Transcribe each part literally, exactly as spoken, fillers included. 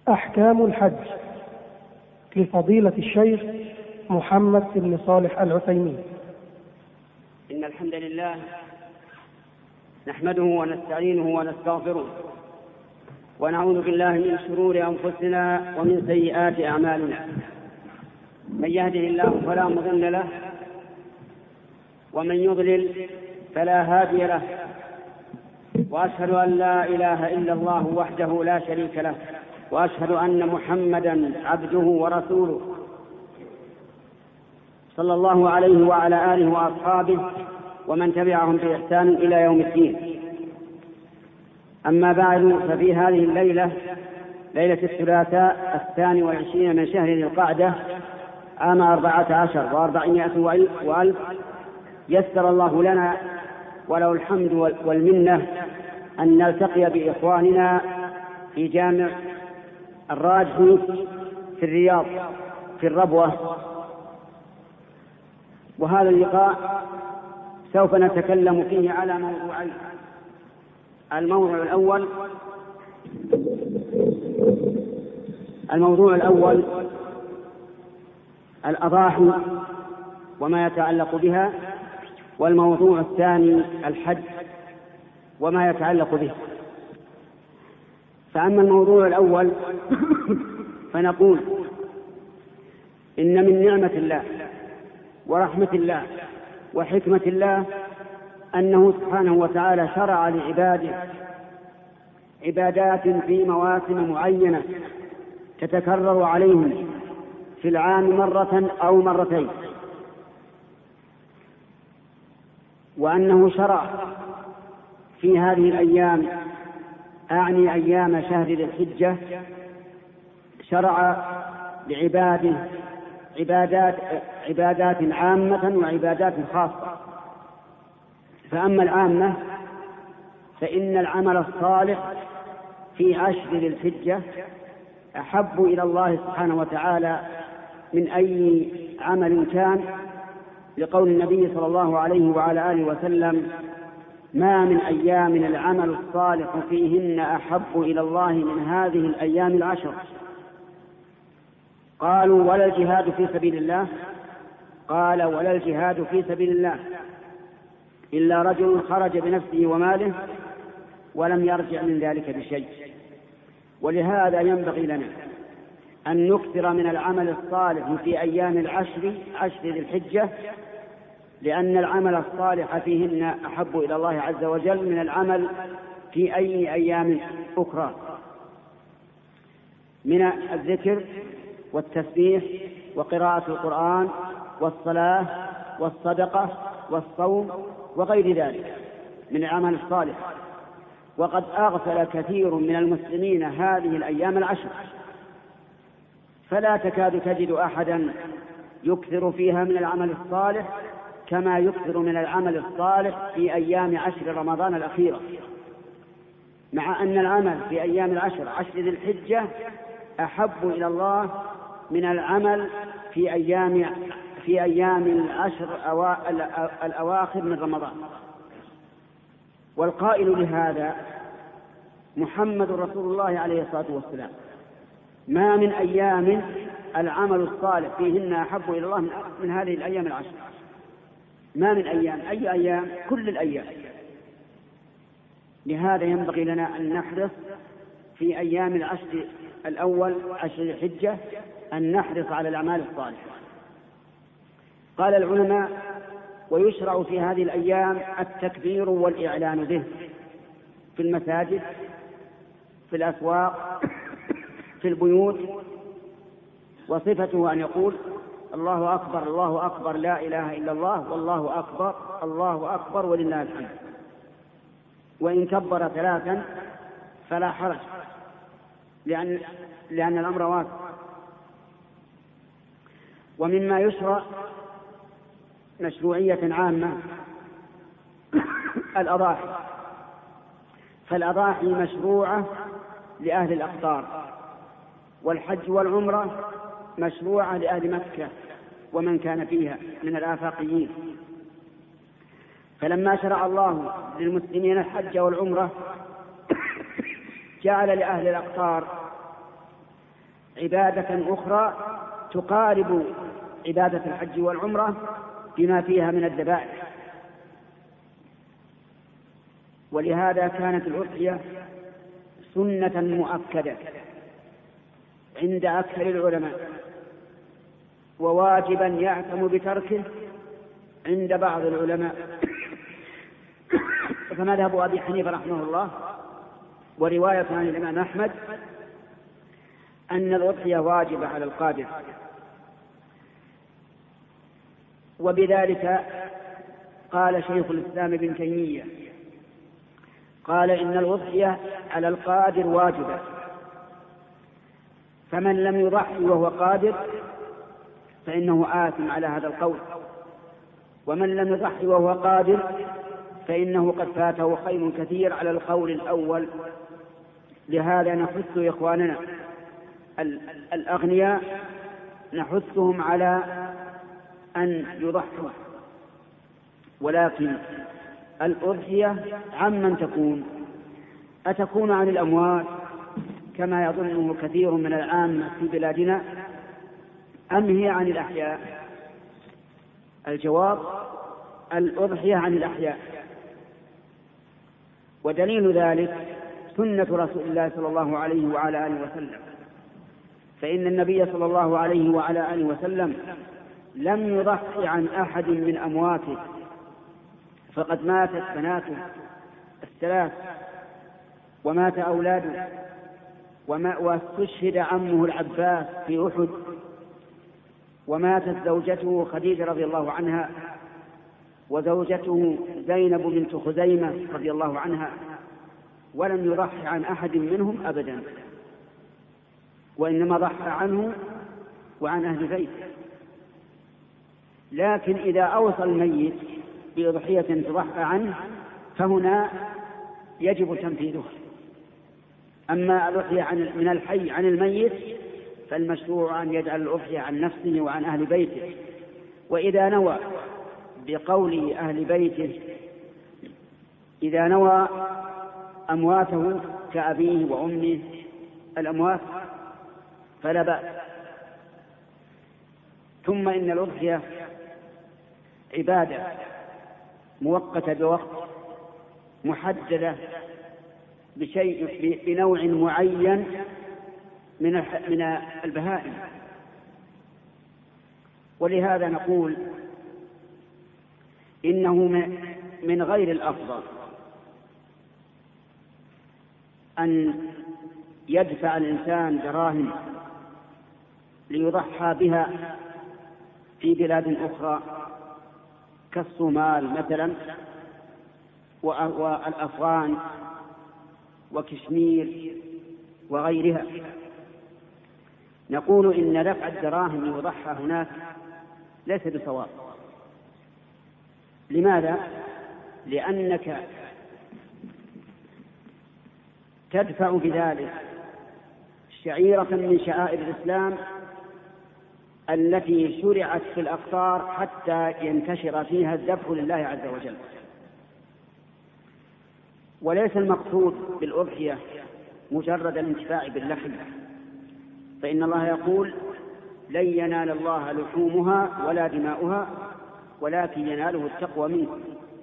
أحكام الحج لفضيلة الشيخ محمد بن صالح العثيمين. إن الحمد لله نحمده ونستعينه ونستغفره ونعوذ بالله من شرور أنفسنا ومن سيئات أعمالنا. من يهده الله فلا مضل له ومن يضلل فلا هادي له، وأشهد أن لا إله إلا الله وحده لا شريك له، وأشهد أن محمدا عبده ورسوله صلى الله عليه وعلى آله وأصحابه ومن تبعهم بإحسان إلى يوم الدين. أما بعد، ففي هذه الليلة ليلة الثلاثاء الثاني والعشرين من شهر ذي القعدة عام أربعة عشر وأربعمائة وألف يسر الله لنا وله الحمد والمنة أن نلتقي بإخواننا في جامع الراجحي في الرياض في الربوة. وهذا اللقاء سوف نتكلم فيه على موضوعين. الموضوع الأول الموضوع الأول الأضاحي وما يتعلق بها، والموضوع الثاني الحج وما يتعلق به. فأما الموضوع الأول فنقول إن من نعمة الله ورحمة الله وحكمة الله أنه سبحانه وتعالى شرع لعباده عبادات في مواسم معينة تتكرر عليهم في العام مرة أو مرتين، وأنه شرع في هذه الأيام، أعني أيام شهر ذي الحجة، شرع لعباده عبادات عبادات عامة وعبادات خاصة. فأما العامة فإن العمل الصالح في عشر ذي الحجة أحب إلى الله سبحانه وتعالى من أي عمل كان، لقول النبي صلى الله عليه وعلى آله وسلم: ما من أيام العمل الصالح فيهن أحب إلى الله من هذه الأيام العشر. قالوا: ولا الجهاد في سبيل الله؟ قال: ولا الجهاد في سبيل الله إلا رجل خرج بنفسه وماله ولم يرجع من ذلك بشيء. ولهذا ينبغي لنا أن نكثر من العمل الصالح في أيام العشر عشر ذي الحجة، لأن العمل الصالح فيهن أحب إلى الله عز وجل من العمل في أي أيام أخرى من الذكر والتسبيح وقراءة القرآن والصلاة والصدقة والصوم وغير ذلك من العمل الصالح. وقد أغفل كثير من المسلمين هذه الأيام العشر، فلا تكاد تجد أحدا يكثر فيها من العمل الصالح كما يكثر من العمل الصالح في أيام عشر رمضان الأخيرة، مع أن العمل في أيام العشر عشر ذي الحجة أحب إلى الله من العمل في أيام في أيام العشر الأواخر من رمضان. والقائل لهذا محمد رسول الله عليه الصلاة والسلام: ما من أيام العمل الصالح فيهن أحب إلى الله من هذه الأيام العشر. ما من أيام، أي أيام؟ كل الأيام. لهذا ينبغي لنا أن نحرص في أيام العشر الأول عشر الحجة أن نحرص على الأعمال الصالحة. قال العلماء: ويشرع في هذه الأيام التكبير والإعلان به في المساجد، في الأسواق، في البيوت، وصفته أن يقول: الله أكبر الله أكبر لا إله إلا الله والله أكبر الله أكبر ولله الحمد. وإن كبر ثلاثا فلا حرج، لأن, لأن الأمر واسع. ومما يشرع مشروعية عامة الأضاحي. فالأضاحي مشروعة لأهل الأقطار، والحج والعمرة مشروعة لأهل مكة ومن كان فيها من الآفاقيين. فلما شرع الله للمسلمين الحج والعمرة جعل لأهل الأقطار عبادة أخرى تقارب عبادة الحج والعمرة بما فيها من الذبائح. ولهذا كانت الأضحية سنة مؤكدة عند أكثر العلماء، وواجبا يأثم بتركه عند بعض العلماء. فمذهب أبي حنيفة رحمه الله ورواية عن الإمام أحمد أن الأضحية واجبة على القادر، وبذلك قال شيخ الإسلام ابن تيمية قال إن الأضحية على القادر واجبة، فمن لم يضحي وهو قادر فإنه آثم على هذا القول، ومن لم يضحي وهو قادر فإنه قد فاته خير كثير على القول الأول. لهذا نحث إخواننا الأغنياء نحثهم على أن يضحوا، ولكن الأضحية عمن تكون؟ أتكون عن الأموات كما يظنه كثير من العامة في بلادنا، أم هي عن الأحياء؟ الجواب: الأضحية عن الأحياء. ودليل ذلك سنة رسول الله صلى الله عليه وعلى آله وسلم، فإن النبي صلى الله عليه وعلى آله وسلم لم يضحي عن أحد من أمواته، فقد ماتت بناته الثلاث ومات أولاده واستشهد عمه العباس في أحد، وماتت زوجته خديجة رضي الله عنها وزوجته زينب بنت خزيمة رضي الله عنها، ولم يضحي عن أحد منهم أبدا، وإنما ضحى عنه وعن أهل بيته. لكن إذا أوصى الميت بأضحية تضحى عنه فهنا يجب تنفيذه. أما الأضحية من الحي عن الميت فالمشروع أن يجعل الأضحية عن نفسه وعن أهل بيته، وإذا نوى بقول أهل بيته، إذا نوى أمواته كأبيه وأمه الأموات فلا بأس. ثم إن الأضحية عبادة مؤقتة بوقت محددة بشيء بنوع معين من من البهائم، ولهذا نقول إنه من غير الأفضل أن يدفع الإنسان دراهم ليضحى بها في بلاد أخرى كالصومال مثلا والأفغان وكشمير وغيرها. نقول إن دفع الدراهم ليضحى هناك ليس بصواب. لماذا؟ لأنك تدفع بذلك شعيرة من شعائر الإسلام التي شرعت في الأقطار حتى ينتشر فيها الذبح لله عز وجل. وليس المقصود بالأضحية مجرد الانتفاع باللحم، فإن الله يقول: لن ينال الله لحومها ولا دماؤها ولكن يناله التقوى منكم.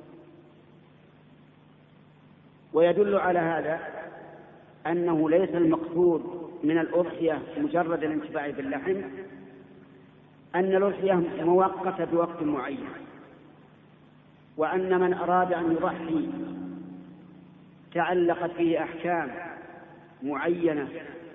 ويدل على هذا أنه ليس المقصود من الأضحية مجرد الانتفاع باللحم، أن الأضحية مؤقتة بوقت معين، وأن من أراد أن يضحي تعلقت فيه أحكام معينة،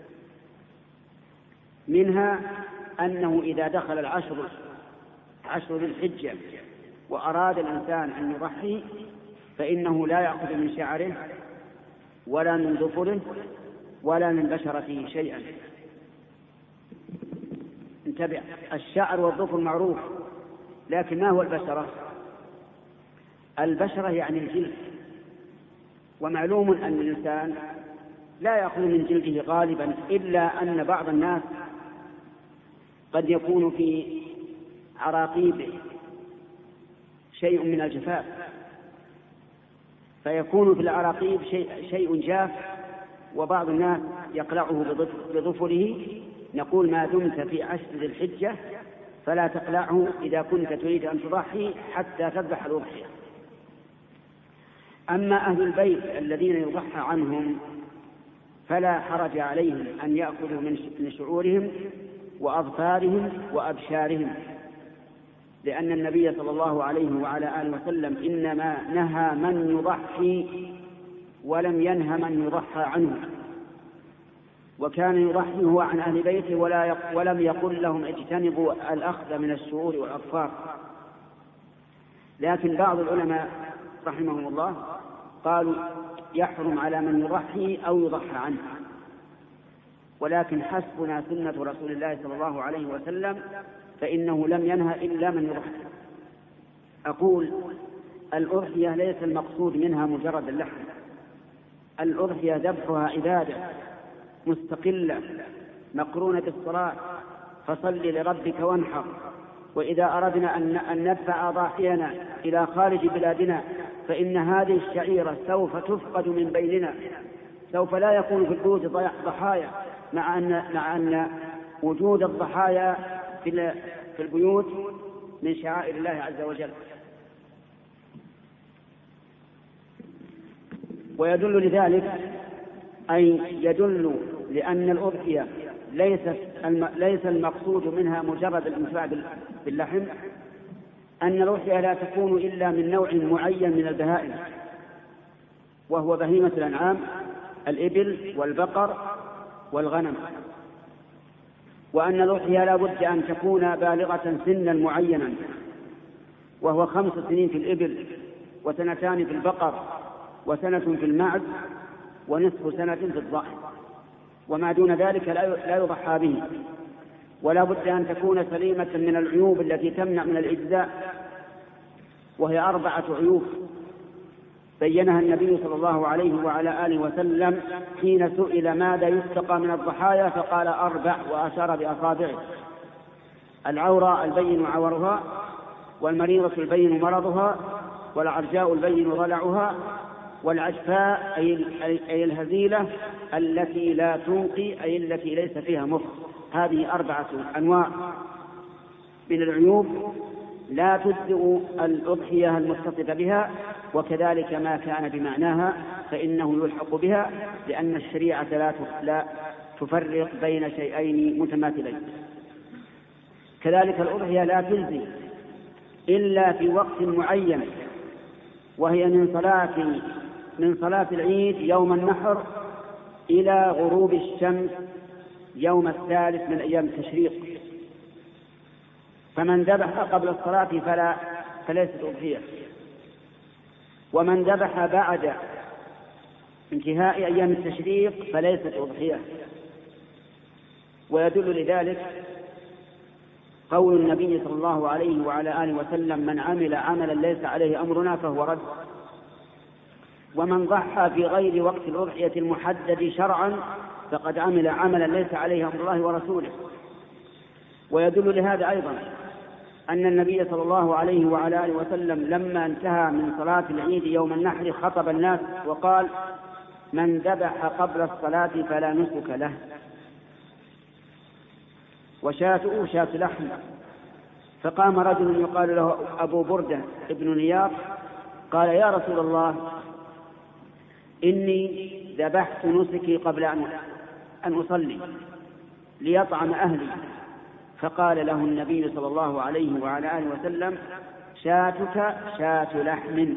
منها أنه إذا دخل العشر عشر ذي الحجة وأراد الإنسان أن يضحي فإنه لا يأخذ من شعره ولا من ظفره ولا من بشرته شيئا. انتبه، الشعر والظفر معروف، لكن ما هو البشرة؟ البشرة يعني الجلد، ومعلوم أن الإنسان لا يأخذ من جلده غالبا، إلا أن بعض الناس قد يكون في عراقيبه شيء من الجفاف، فيكون في العراقيب شيء, شيء جاف، وبعض الناس يقلعه بظفره نقول ما دمت في عشر ذي الحجة فلا تقلعه إذا كنت تريد أن تضحي حتى تذبح الأضحية. أما أهل البيت الذين يضحى عنهم فلا حرج عليهم أن يأخذوا من شعورهم وأظفارهم وأبشارهم، لأن النبي صلى الله عليه وعلى آله وسلم إنما نهى من يضحي ولم ينهى من يضحى عنه، وكان يضحي هو عن أهل بيته ولا ولم يقل لهم اجتنبوا الأخذ من الشعور والأظفار. لكن بعض العلماء رحمهم الله قالوا يحرم على من يضحي أو يضحى عنه، ولكن حسبنا سنة رسول الله صلى الله عليه وسلم فإنه لم ينهى إلا من يضحي. أقول الأضحية ليس المقصود منها مجرد اللحم، الأضحية ذبحها عبادة مستقلة مقرونة بالصلاة، فصل لربك وانحر. وإذا أردنا أن ندفع أضاحينا إلى خارج بلادنا فإن هذه الشعيرة سوف تفقد من بيننا، سوف لا يكون في البيوت ضحايا، مع أن, مع أن وجود الضحايا في البيوت من شعائر الله عز وجل. ويدل لذلك أي يدل لأن الأضحية ليس المقصود منها مجرد الانتفاع باللحم، أن الأضحية لا تكون إلا من نوع معين من البهائم، وهو بهيمة الأنعام الإبل والبقر والغنم، وأن الأضحية لا بد أن تكون بالغة سنا معينا، وهو خمس سنين في الإبل وسنتان في البقر وسنة في المعز ونصف سنة في الضأن، وما دون ذلك لا يضحى به. ولا بد أن تكون سليمة من العيوب التي تمنع من الإجزاء، وهي أربعة عيوب بينها النبي صلى الله عليه وعلى آله وسلم حين سئل ماذا يتقى من الضحايا فقال أربع وأشار بأصابعه: العورة البين عورها، والمريضة البين مرضها، والعرجاء البين ضلعها، والعجفاء أي الهزيلة التي لا تنقي أي التي ليس فيها مخ. هذه أربعة أنواع من العيوب لا تجزئ الأضحية المتصفة بها، وكذلك ما كان بمعناها فإنه يلحق بها، لأن الشريعة لا تفرق بين شيئين متماثلين. كذلك الأضحية لا تجزي إلا في وقت معين، وهي من صلاة من صلاة العيد يوم النحر إلى غروب الشمس يوم الثالث من أيام التشريق. فمن ذبح قبل الصلاة فلا فليست أضحية، ومن ذبح بعد انتهاء أيام التشريق فليست أضحية. ويدل لذلك قول النبي صلى الله عليه وعلى آله وسلم: من عمل عملا ليس عليه أمرنا فهو رد. ومن ضحى في غير وقت الأضحية المحدد شرعا فقد عمل عملا ليس عليه أمر الله ورسوله. ويدل لهذا أيضا أن النبي صلى الله عليه وعلى آله وسلم لما انتهى من صلاة العيد يوم النحر خطب الناس وقال: من ذبح قبل الصلاة فلا نسك له، وشاته شاة لحم. فقام رجل يقال له أبو بردة ابن نياط قال: يا رسول الله، إني ذبحت نسكي قبل أن أصلي ليطعم أهلي. فقال له النبي صلى الله عليه وعلى آله وسلم: شاتك شاة لحم.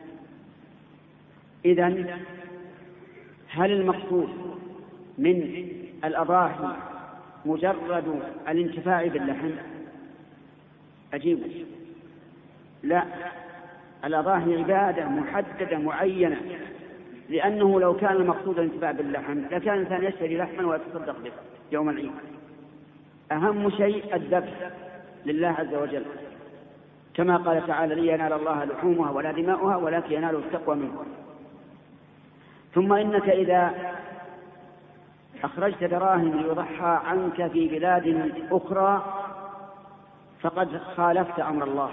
إذن هل المقصود من الأضاحي مجرد الانتفاع باللحم؟ أجيب: لا، الأضاحي عبادة محددة معينة، لأنه لو كان المقصود الانتفاع باللحم لكان الإنسان يشتري لحما ويتصدق به يوم العيد. أهم شيء الذبح لله عز وجل، كما قال تعالى: لن ينال الله لحومها ولا دماؤها ولكن يناله التقوى منه. ثم إنك إذا أخرجت دراهم ليضحى عنك في بلاد أخرى فقد خالفت أمر الله،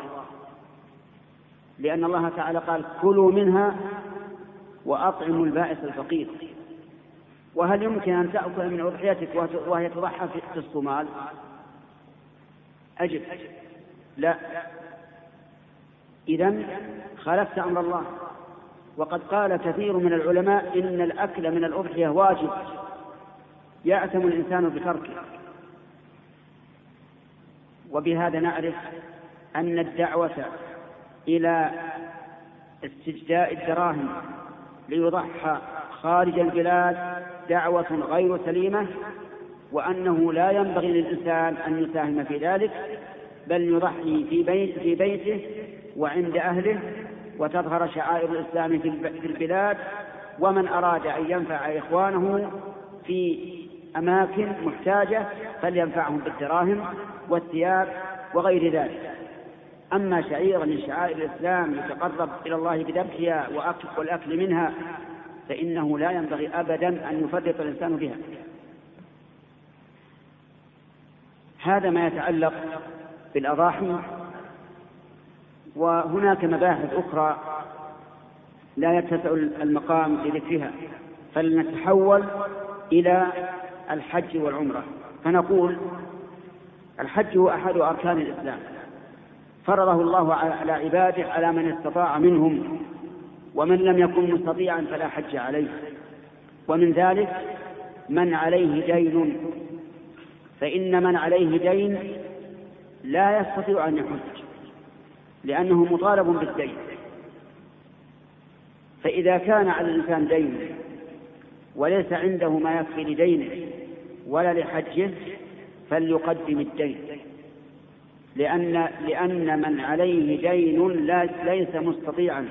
لأن الله تعالى قال: كلوا منها وأطعموا البائس الفقير. وهل يمكن أن تأكل من أضحيتك وهي تضحى في الصومال؟ أجب لا. إذن خالفت أمر الله. وقد قال كثير من العلماء إن الأكل من الأضحية واجب يأثم الإنسان بتركه. وبهذا نعرف أن الدعوة إلى استجداء الدراهم ليضحى خارج البلاد دعوة غير سليمة، وأنه لا ينبغي للإنسان أن يساهم في ذلك، بل يضحي في, بيت في بيته وعند أهله، وتظهر شعائر الإسلام في البلاد. ومن أراد أن ينفع إخوانه في أماكن محتاجة فلينفعهم بالدراهم والثياب وغير ذلك. أما شعيرا من شعائر الإسلام يتقرب إلى الله بذبحها والأكل منها فإنه لا ينبغي أبدا أن يفرط الإنسان بها. هذا ما يتعلق بالأضاحي. وهناك مباحث أخرى لا يتسع المقام لذكرها، فلنتحول إلى الحج والعمرة. فنقول الحج هو أحد أركان الإسلام، فرضه الله على عباده على من استطاع منهم، ومن لم يكن مستطيعا فلا حج عليه. ومن ذلك من عليه دين، فإن من عليه دين لا يستطيع أن يحج لأنه مطالب بالدين. فإذا كان على الإنسان دين وليس عنده ما يكفي لدينه ولا لحجه فليقدم الدين، لأن, لأن من عليه دين ليس مستطيعا.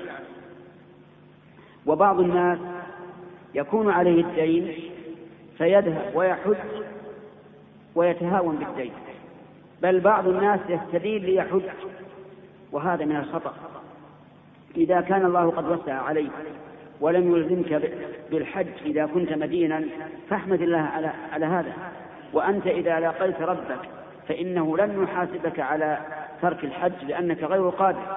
وبعض الناس يكون عليه الدين فيذهب ويحج ويتهاون بالدين، بل بعض الناس يستدين ليحج، وهذا من الخطأ. إذا كان الله قد وسع عليك ولم يلزمك بالحج إذا كنت مدينا فاحمد الله على, على هذا. وأنت إذا لاقيت ربك فإنه لن يحاسبك على ترك الحج لأنك غير قادر.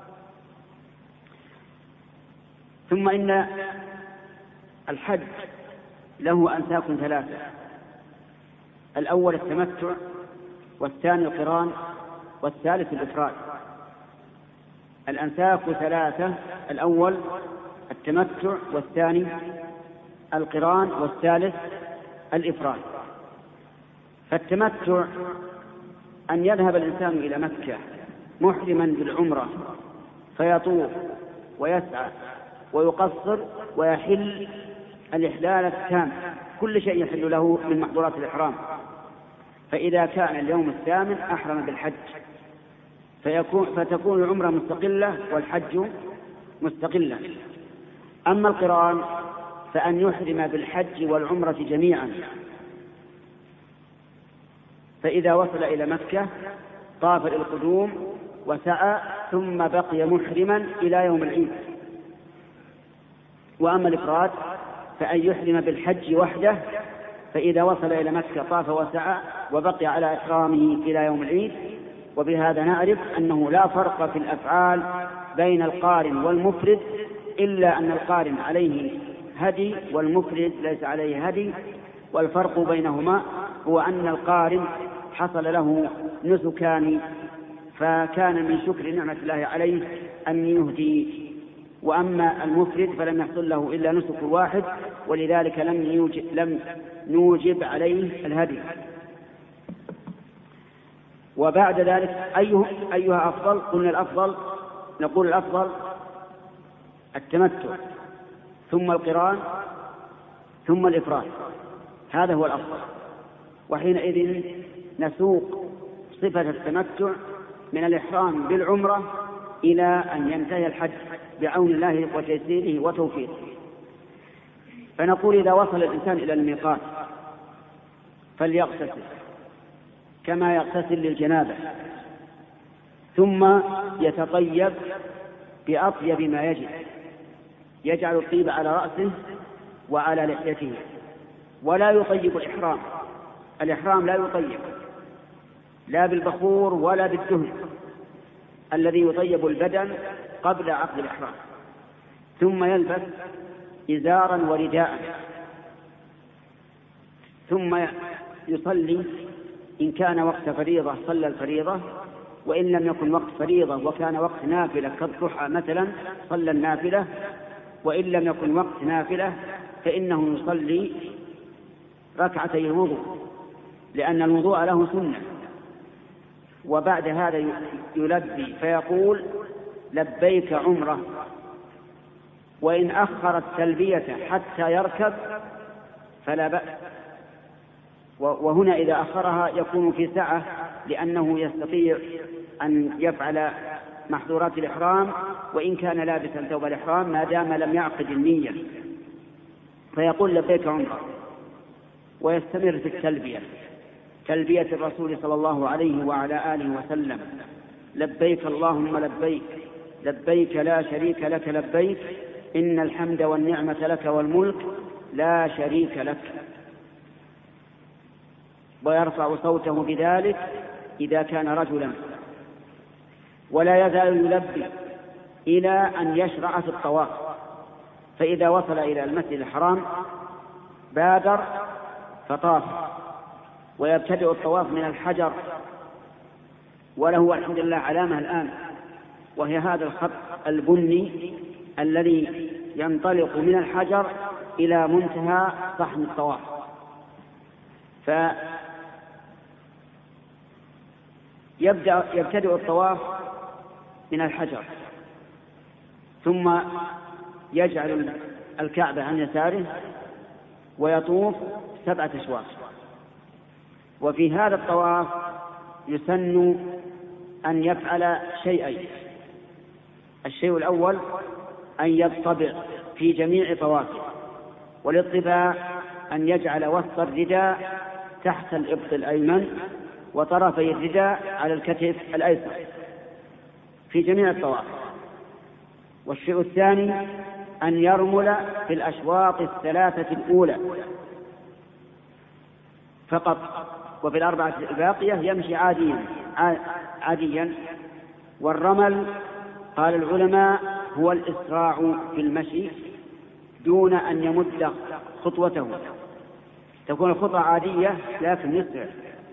ثم إن الحج له أنساك ثلاثة: الأول التمتع، والثاني القران، والثالث الإفراد. الأنساك ثلاثة: الأول التمتع، والثاني القران، والثالث الإفراد. فالتمتع أن يذهب الإنسان إلى مكة محرما بالعمرة فيطوف ويسعى ويقصر ويحل الإحلال التام، كل شيء يحل له من محظورات الإحرام. فإذا كان اليوم الثامن أحرم بالحج فيكون فتكون العمرة مستقلة والحج مستقلة. أما القران فأن يحرم بالحج والعمرة جميعا، فإذا وصل إلى مكة طاف القدوم وسعى ثم بقي محرما إلى يوم العيد. وأما الإفراد فأن يحرم بالحج وحده، فإذا وصل إلى مكة طاف وسعى وبقي على إحرامه إلى يوم العيد. وبهذا نعرف أنه لا فرق في الأفعال بين القارن والمفرد، إلا أن القارن عليه هدي والمفرد ليس عليه هدي. والفرق بينهما هو أن القارن حصل له نسكان فكان من شكر نعمة الله عليه أن يهدي، وأما المفرد فلم يحصل له إلا نسك واحد، ولذلك لم يوجب, لم نوجب عليه الهدي. وبعد ذلك أيه أيها أفضل؟ قلنا الأفضل، نقول الأفضل التمتع ثم القران ثم الإفراد، هذا هو الأفضل. وحينئذ نسوق صفة التمتع من الإحرام بالعمرة إلى أن ينتهي الحج بعون الله وتيسيره وتوفيقه. فنقول إذا وصل الإنسان إلى الميقات فليغتسل كما يغتسل للجنابة، ثم يتطيب بأطيب ما يجب، يجعل الطيب على رأسه وعلى لحيته، ولا يطيب الإحرام. الإحرام لا يطيب لا بالبخور ولا بالدهن الذي يطيب البدن قبل عقد الإحرام. ثم يلبس إزارا ورداء ثم يصلي إن كان وقت فريضة صلى الفريضة، وإن لم يكن وقت فريضة وكان وقت نافلة كالضحى مثلا صلى النافلة، وإن لم يكن وقت نافلة فإنه يصلي ركعتي الوضوء، لأن الوضوء له سنة. وبعد هذا يلبي فيقول لبيك عمرة، وإن أخر التلبية حتى يركب فلا بأس. وهنا إذا أخرها يكون في سعة، لأنه يستطيع أن يفعل محظورات الإحرام وإن كان لابسا ثوب الإحرام ما دام لم يعقد النية، فيقول لبيك عمرة ويستمر في التلبية، تلبية الرسول صلى الله عليه وعلى آله وسلم: لبيك اللهم لبيك، لبيك لا شريك لك لبيك، إن الحمد والنعمة لك والملك لا شريك لك. ويرفع صوته بذلك إذا كان رجلا، ولا يزال يلبي إلى أن يشرع في الطواف. فإذا وصل إلى المسجد الحرام بادر فطاف، ويبتدئ الطواف من الحجر، وله الحمد لله علامة الآن، وهي هذا الخط البني الذي ينطلق من الحجر إلى منتهى صحن الطواف. فيبدأ يبتدئ الطواف من الحجر، ثم يجعل الكعبة عن يساره ويطوف سبعة أشواط. وفي هذا الطواف يسن أن يفعل شيئين: الشيء الأول أن يطبع في جميع طوافه، والاطباع أن يجعل وسط الرداء تحت الإبط الأيمن وطرفي الرداء على الكتف الأيسر في جميع الطواف. والشيء الثاني أن يرمل في الأشواط الثلاثة الأولى فقط، وفي الأربعة الباقية يمشي عاديا عاديا. والرمل قال العلماء هو الإسراع في المشي دون أن يمد خطوته، تكون الخطوة عادية لكن يسرع.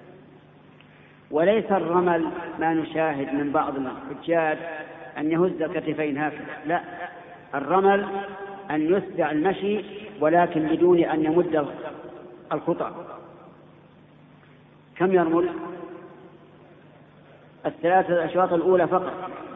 وليس الرمل ما نشاهد من بعض الحجاج أن يهز الكتفين هكذا، لا، الرمل أن يسرع المشي ولكن بدون أن يمد الخطى. كم يرمل؟ الثلاثة الأشواط الأولى فقط.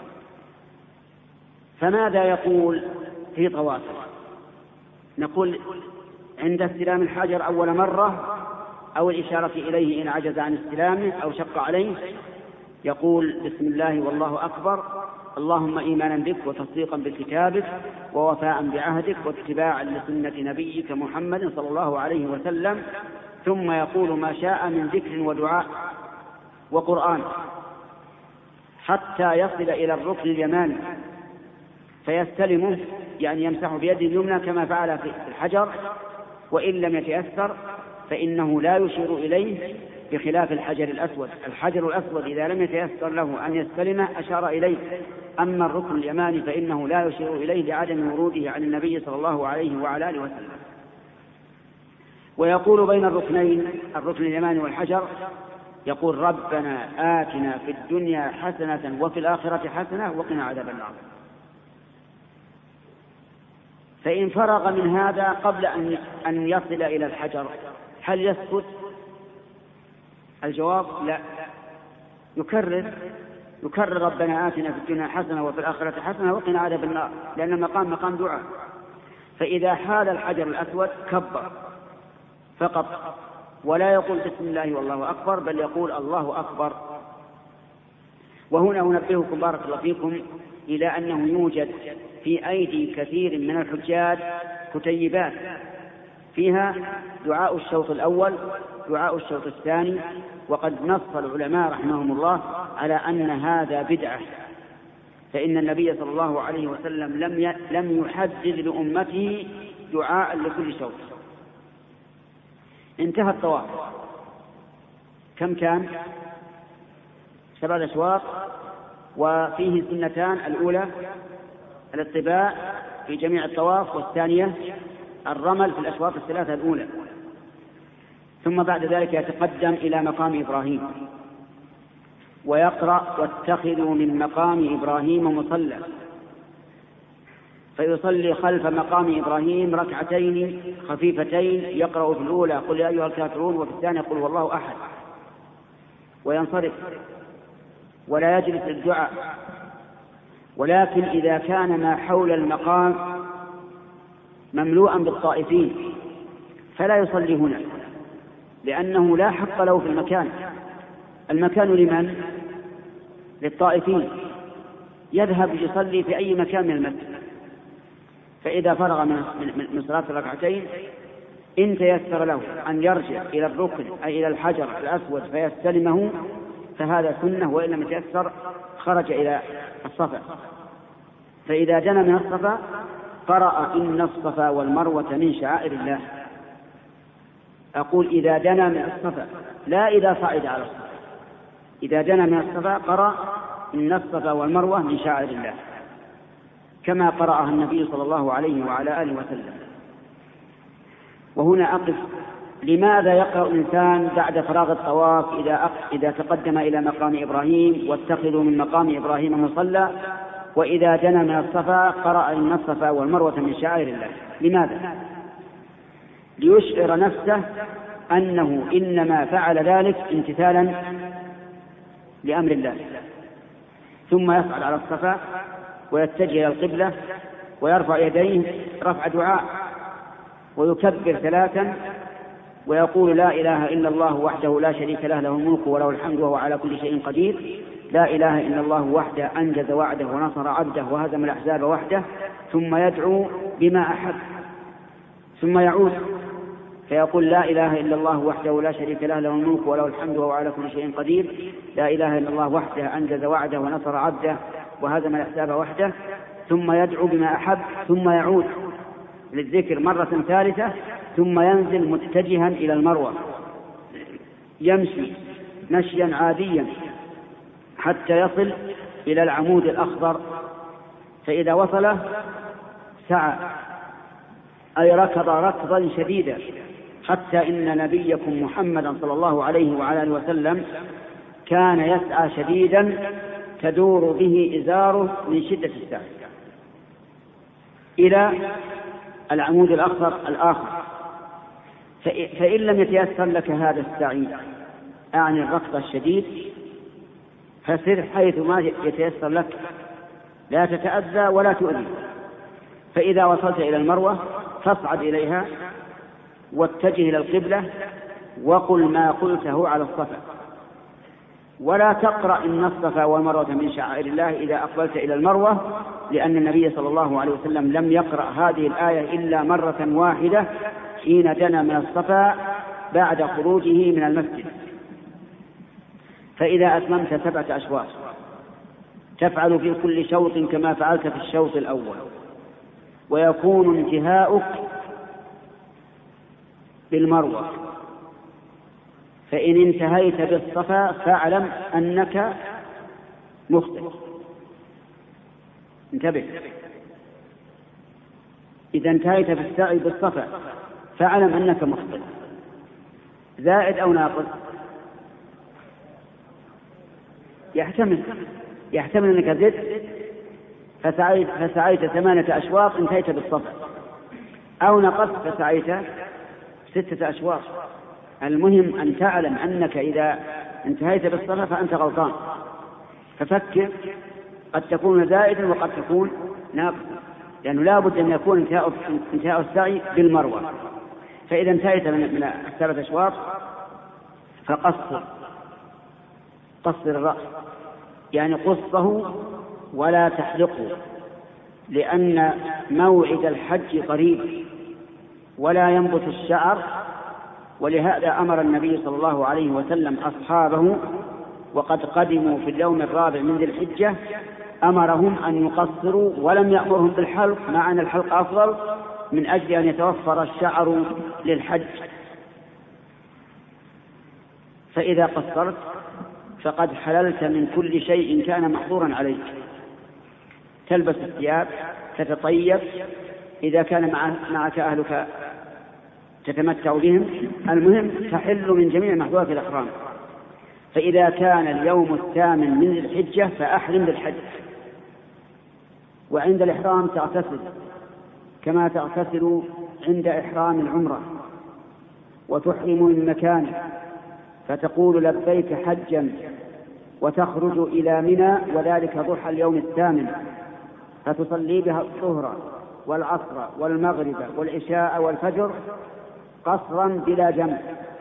فماذا يقول في طوافه؟ نقول عند استلام الحجر أول مرة أو الإشارة إليه إن عجز عن استلامه أو شق عليه يقول بسم الله والله أكبر، اللهم إيمانا بك وتصديقا بكتابك ووفاء بعهدك واتباعا لسنة نبيك محمد صلى الله عليه وسلم. ثم يقول ما شاء من ذكر ودعاء وقرآن حتى يصل إلى الركن اليماني فيستلمه، يعني يمسح بيده اليمنى كما فعل في الحجر، وإن لم يتأثر فإنه لا يشير إليه، بخلاف الحجر الأسود. الحجر الأسود إذا لم يتيسر له أن يستلمه أشار إليه، أما الركن اليماني فإنه لا يشير إليه لعدم وروده عن النبي صلى الله عليه وعلى آله وسلم. ويقول بين الركنين، الركن اليماني والحجر، يقول ربنا آتنا في الدنيا حسنة وفي الآخرة حسنة وقنا عذاب النار. فإن فرغ من هذا قبل أن يصل إلى الحجر هل يسكت؟ الجواب لا، يكرر يكرر ربنا آتنا في الدنيا حسنة وفي الآخرة حسنة وقنا عذاب النار، لأن المقام مقام دعاء. فإذا حال الحجر الأسود كبر فقط، ولا يقول بسم الله والله أكبر، بل يقول الله أكبر. وهنا أنبهكم بارك الله فيكم إلى أنه يوجد في أيدي كثير من الحجاج كتيبات فيها دعاء الشوط الأول دعاء الشوط الثاني، وقد نص العلماء رحمهم الله على أن هذا بدعة، فإن النبي صلى الله عليه وسلم لم لم يحدد لأمته دعاء لكل شوط. انتهى الطواف، كم كان؟ سبعة أشواط، وفيه سنتان: الأولى الاطباء في جميع الطواف، والثانية الرمل في الأشواط الثلاثة الأولى. ثم بعد ذلك يتقدم إلى مقام إبراهيم ويقرأ واتخذوا من مقام إبراهيم مصلى، فيصلي خلف مقام إبراهيم ركعتين خفيفتين، يقرأ في الأولى قل يا أيها الكافرون وفي الثانية قل والله أحد، وينصرف ولا يجلس للدعاء. ولكن إذا كان ما حول المقام مملوءا بالطائفين فلا يصلي هنا، لأنه لا حق له في المكان. المكان لمن؟ للطائفين، يذهب يصلي في أي مكان من المسجد. فإذا فرغ من صلاة الركعتين إن تيسر له أن يرجع إلى الركن أي إلى الحجر الأسود فيستلمه فهذا سنة، وإن لم يتيسر خرج إلى الصفا. فإذا دنا من الصفا قرأ إن الصفا والمروة من شعائر الله. أقول إذا دنا من الصفا، لا إذا صعد على الصفا. إذا دنا من الصفا قرأ إن الصفا والمروة من شعائر الله، كما قرأها النبي صلى الله عليه وعلى آله وسلم. وهنا أقف، لماذا يقرأ الإنسان بعد فراغ الطواف إذا, إذا تقدم إلى مقام إبراهيم واتخذوا من مقام إبراهيم مصلى، وإذا دنا من الصفا قرأ إن الصفا والمروة من شعائر الله؟ لماذا؟ ليشعر نفسه أنه إنما فعل ذلك امتثالا لأمر الله، ثم يصعد على الصفا ويتجه إلى القبلة ويرفع يديه رفع دعاء ويكبر ثلاثا ويقول لا إله إلا الله وحده لا شريك له، له الملك وله الحمد وهو على كل شيء قدير، لا إله إلا الله وحده أنجز وعده ونصر عبده وهزم الأحزاب وحده، ثم يدعو بما أحب، ثم يعود فيقول لا إله إلا الله وحده لا شريك له، له الملك وله الحمد وهو على كل شيء قدير، لا إله إلا الله وحده أنجز وعده ونصر عبده وهزم الأحزاب وحده، ثم يدعو بما أحب، ثم يعود للذكر مرة ثالثة، ثم ينزل متجها إلى المروة يمشي مشيا عاديا حتى يصل إلى العمود الأخضر، فإذا وصله سعى أي ركض ركضا شديدا، حتى إن نبيكم محمدا صلى الله عليه وعلى آله وسلم كان يسعى شديدا تدور به إزاره من شدة السعي إلى العمود الأخضر الآخر. فإن لم يتيسر لك هذا السعي أعني الركض الشديد فسر حيث ما يتيسر لك، لا تتأذى ولا تؤذي. فإذا وصلت إلى المروة فاصعد إليها واتجه إلى القبلة وقل ما قلته على الصفا، ولا تقرأ إن الصفا والمروة من شعائر الله إذا أقبلت إلى المروة، لأن النبي صلى الله عليه وسلم لم يقرأ هذه الآية إلا مرة واحدة حين دنا من الصفا بعد خروجه من المسجد. فإذا أتممت سبعة أشواط تفعل في كل شوط كما فعلت في الشوط الأول، ويكون انتهاؤك بالمروة. فإن انتهيت بالصفا فاعلم أنك مخطئ، انتبه. إذا انتهيت بالسعي بالصفا فاعلم أنك مخطئ، زائد أو ناقص، يحتمل يحتمل أنك زدت فسعيت, فسعيت ثمانية أشواط انتهيت بالصفا، أو نقصت فسعيت ستة أشواط. المهم أن تعلم أنك إذا انتهيت بالصفا فأنت غلطان، ففكر، قد تكون زائدا وقد تكون ناقصا، لأنه لا بد أن يكون انتهاء, انتهاء السعي بالمروة. فإذا انتهيت من السبعة أشواط فقصر قصر الرأس، يعني قصه ولا تحلقه، لأن موعد الحج قريب ولا ينبت الشعر. ولهذا أمر النبي صلى الله عليه وسلم أصحابه وقد قدموا في اليوم الرابع من ذي الحجة أمرهم أن يقصروا، ولم يأمرهم بالحلق مع أن الحلق أفضل من أجل أن يتوفر الشعر للحج. فإذا قصرت فقد حللت من كل شيء كان محظورا عليك، تلبس الثياب، تتطيب، إذا كان معك أهلك تتمتع بهم. المهم تحل من جميع محظورات الإحرام. فإذا كان اليوم الثامن من الحجة فأحرم بالحج، وعند الإحرام تغتسل كما تغتسل عند إحرام العمرة، وتحرم من مكانه فتقول لبيك حجا، وتخرج إلى منى وذلك ضحى اليوم الثامن، فتصلي بها الظهر والعصر والمغرب والعشاء والفجر قصرا بلا جمع.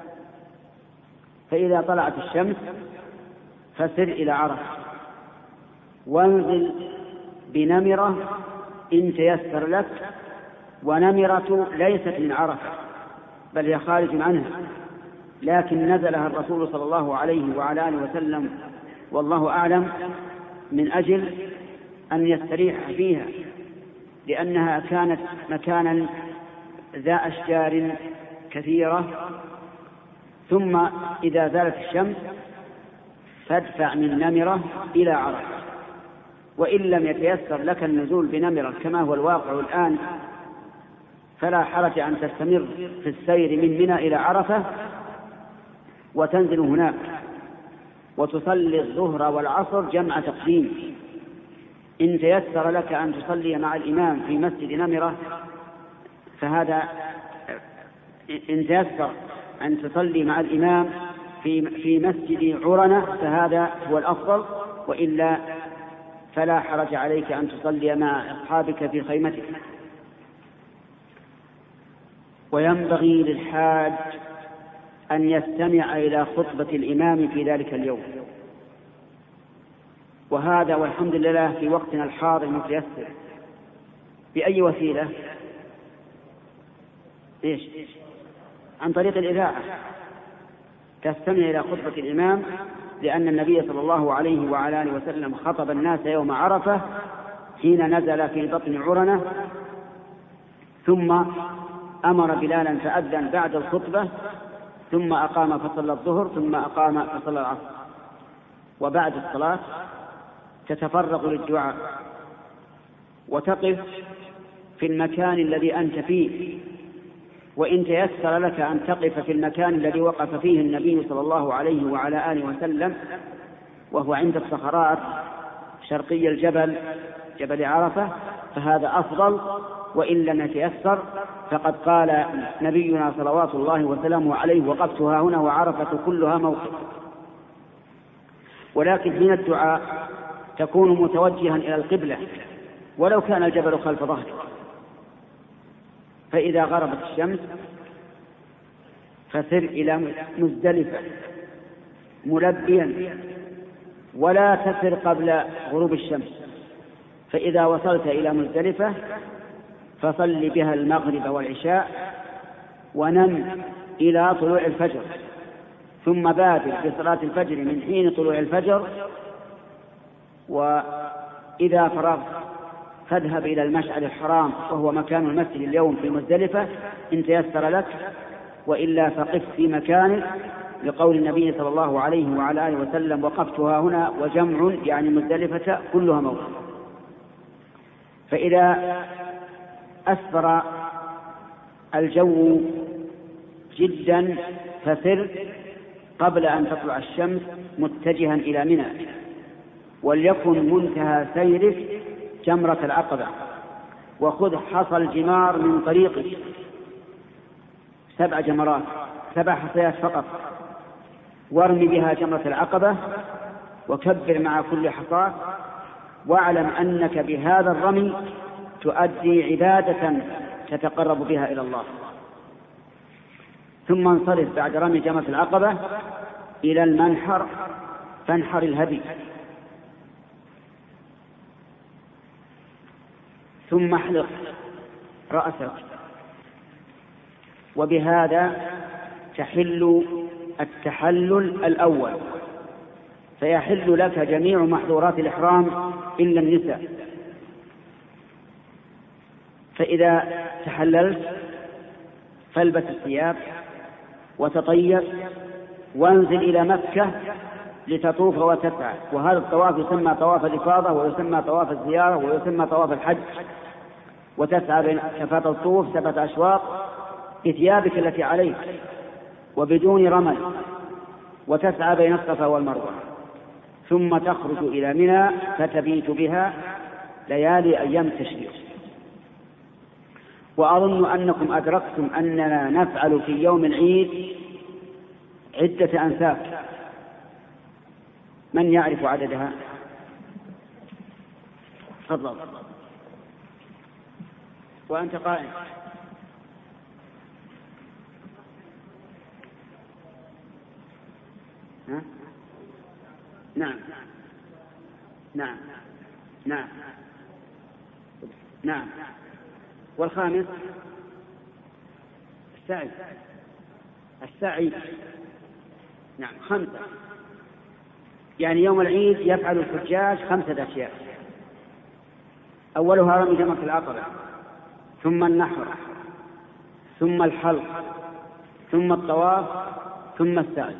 فإذا طلعت الشمس فسر إلى عرفة وانزل بنمرة إن تيسر لك، ونمرة ليست من عرفة بل هي خارج عنها، لكن نزلها الرسول صلى الله عليه وعلى آله وسلم والله أعلم من أجل أن يستريح فيها، لأنها كانت مكانا ذا أشجار كثيرة. ثم إذا زالت الشمس فادفع من نمرة إلى عرفة، وإن لم يتيسر لك النزول بنمرة كما هو الواقع الآن فلا حرج أن تستمر في السير من منى إلى عرفة وتنزل هناك وتصلي الظهر والعصر جمع تقديم. إن تيسر لك أن تصلي مع الإمام في مسجد نمرة فهذا، إن تيسر أن تصلي مع الإمام في في مسجد عرنة فهذا هو الأفضل، وإلا فلا حرج عليك أن تصلي مع أصحابك في خيمتك. وينبغي للحاج أن يستمع إلى خطبة الإمام في ذلك اليوم، وهذا والحمد لله في وقتنا الحاضر متيسر. بأي وسيلة؟ إيش؟ عن طريق الإذاعة تستمع إلى خطبة الإمام، لأن النبي صلى الله عليه وعلى آله وسلم خطب الناس يوم عرفة حين نزل في بطن عرنة، ثم أمر بلالا فأذن بعد الخطبة، ثم أقام فصلى الظهر، ثم أقام فصلى العصر، وبعد الصلاة تتفرغ للدعاء وتقف في المكان الذي أنت فيه. وإن تيسر لك أن تقف في المكان الذي وقف فيه النبي صلى الله عليه وعلى آله وسلم وهو عند الصخرات شرقي الجبل جبل عرفة فهذا أفضل. وإن لم يتيسر فقد قال نبينا صلوات الله وسلامه عليه: وقفتها هنا وعرفة كلها موقف. ولكن من الدعاء تكون متوجها إلى القبلة ولو كان الجبل خلف ظهرك. فإذا غربت الشمس فسر إلى مزدلفة ملبيا، ولا تسر قبل غروب الشمس. فإذا وصلت إلى مزدلفة فصل بها المغرب والعشاء ونم إلى طلوع الفجر، ثم بادر بصلاة الفجر من حين طلوع الفجر. وإذا فرغت فاذهب إلى المشعر الحرام وهو مكان المسجد اليوم في مزدلفة إن تيسر لك، وإلا فقف في مكانك لقول النبي صلى الله عليه وعلى آله وسلم: وقفتها هنا وجمع يعني مزدلفة كلها موقف. فإذا أسفر الجو جدا فسر قبل أن تطلع الشمس متجها إلى منى، وليكن منتهى سيرك جمرة العقبة، وخذ حصى الجمار من طريقك سبع جمرات سبع حصيات فقط، وارمي بها جمرة العقبة وكبر مع كل حصاة، واعلم أنك بهذا الرمي تؤدي عبادة تتقرب بها إلى الله. ثم انصرف بعد رمي جمرة العقبة إلى المنحر فانحر الهدي، ثم احلق رأسك، وبهذا تحل التحلل الأول، فيحل لك جميع محظورات الإحرام إلا النساء. فإذا تحللت فالبس الثياب وتطيب وانزل إلى مكة لتطوف وتسعى. وهذا الطواف يسمى طواف الإفاضة، ويسمى طواف الزيارة، ويسمى طواف الحج. وتسعى بين شفاة الطوف سبعة أشواط بثيابك التي عليك وبدون رمل، وتسعى بين الصفا والمروة، ثم تخرج إلى منى فتبيت بها ليالي أيام التشريق. وأظن أنكم أدركتم أننا نفعل في يوم العيد عدة أنساك. من يعرف عددها؟ تفضل. وأنت قائم. ها؟ نعم نعم نعم نعم. والخامس السعي السعي نعم خمسة. يعني يوم العيد يفعل الحجاج خمسة أشياء: أولها رمي جمرة العقبة، ثم النحر، ثم الحلق، ثم الطواف، ثم السعي.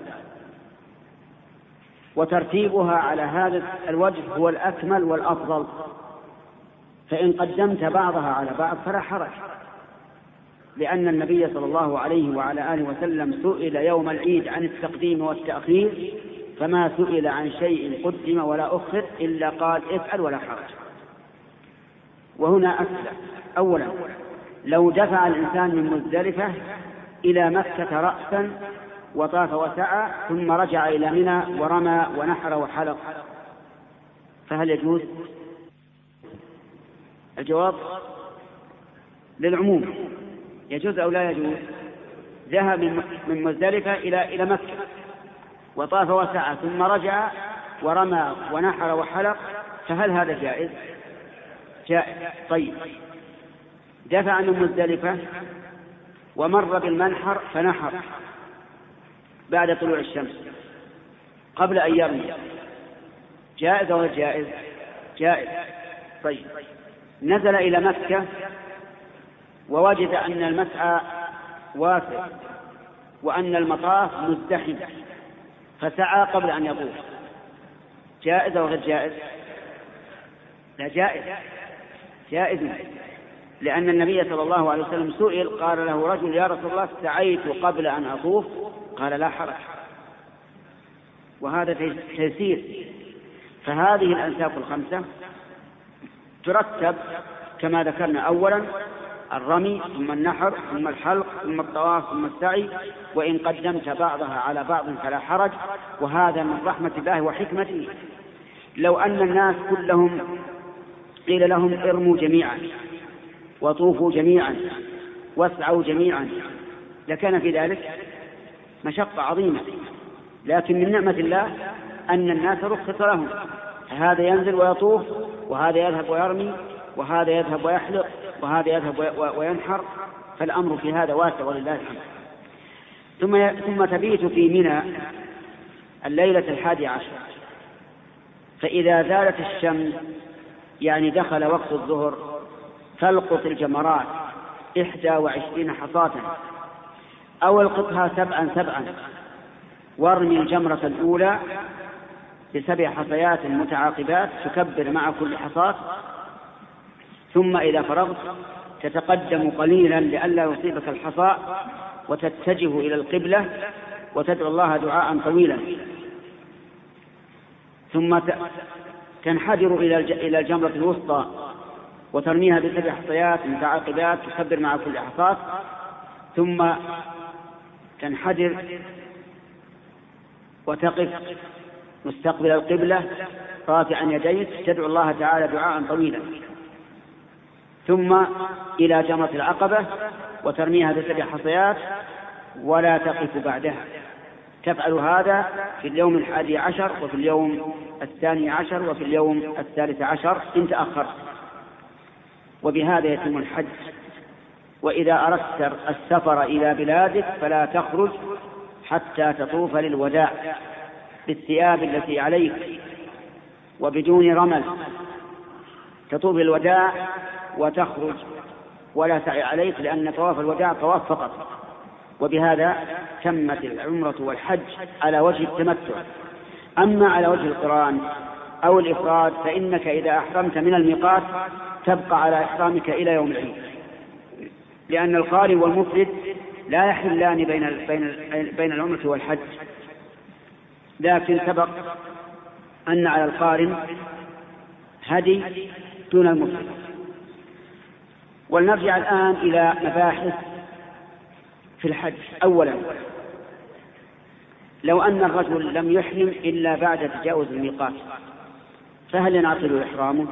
وترتيبها على هذا الوجه هو الأكمل والأفضل، فإن قدمت بعضها على بعض فلا حرج، لأن النبي صلى الله عليه وعلى آله وسلم سئل يوم العيد عن التقديم والتأخير، فما سئل عن شيء قدم ولا أخر إلا قال افعل ولا حرج. وهنا أسئلة: أولا، لو دفع الإنسان من مزدلفة إلى مكة رأسا وطاف وسعى ثم رجع إلى منى ورمى ونحر وحلق، فهل يجوز؟ الجواب للعموم: يجوز أو لا يجوز. ذهب من مزدلفة إلى إلى مكة وطاف وسعى ثم رجع ورمى ونحر وحلق، فهل هذا جائز؟ جائز. طيب، دفع من مزدلفة ومر بالمنحر فنحر بعد طلوع الشمس قبل أن يرمي، جائز أو جائز؟ جائز. طيب، نزل إلى مكة ووجد أن المسعى واسع وأن المطاف مزدحم فسعى قبل أن يطوف، جائز أو غير جائز؟ لا، جائز. جائز، لأن النبي صلى الله عليه وسلم سئل قال له رجل: يا رسول الله سعيت قبل أن أطوف، قال: لا حرج. وهذا تيسير. فهذه الأنساك الخمسة ترتب كما ذكرنا: أولا الرمي، ثم النحر، ثم الحلق، ثم الطواف، ثم السعي. وإن قدمت بعضها على بعض فلا حرج، وهذا من رحمة الله وحكمته. لو أن الناس كلهم قيل لهم ارموا جميعا وطوفوا جميعا واسعوا جميعا لكان في ذلك مشقة عظيمة، لكن من نعمة الله أن الناس رخص لهم، هذا ينزل ويطوف، وهذا يذهب ويرمي، وهذا يذهب ويحلق، وهذا يذهب وينحر، فالأمر في هذا واسع ولله الحمد. ثم ثم تبيت في منى الليلة الحادي عشر، فإذا زالت الشمس يعني دخل وقت الظهر فالقط الجمرات إحدى وعشرين حصاة، أو القطها سبعا سبعا، وارمي الجمرة الأولى بسبع حصيات متعاقبات تكبر مع كل حصاة، ثم إذا فرغت تتقدم قليلا لئلا يصيبك الحصى وتتجه إلى القبلة وتدعو الله دعاء طويلا، ثم تنحدر إلى الجمرة الوسطى وترميها بسبع حصيات متعاقبات تكبر مع كل حصاة، ثم تنحدر وتقف مستقبل القبلة رافعا يديك تدعو الله تعالى دعاء طويلا، ثم إلى جمرة العقبة وترميها بسبع حصيات ولا تقف بعدها. تفعل هذا في اليوم الحادي عشر وفي اليوم الثاني عشر وفي اليوم الثالث عشر إن تأخرت، وبهذا يتم الحج. وإذا أردت السفر إلى بلادك فلا تخرج حتى تطوف للوداع بالثياب التي عليك وبدون رمل، تطوف الوداع وتخرج ولا سعي عليك، لأن طواف الوداع طواف فقط. وبهذا تمت العمرة والحج على وجه التمتع. أما على وجه القران أو الإفراد فإنك إذا أحرمت من الميقات تبقى على إحرامك إلى يوم العيد، لأن القارن والمفرد لا يحلان بين بين بين العمرة والحج، لكن سبق أن على القارن هدي دون المفرد. ولنرجع الآن إلى مباحث في الحج. أولا، لو أن الرجل لم يحرم إلا بعد تجاوز الميقات فهل ينعقد إحرامه؟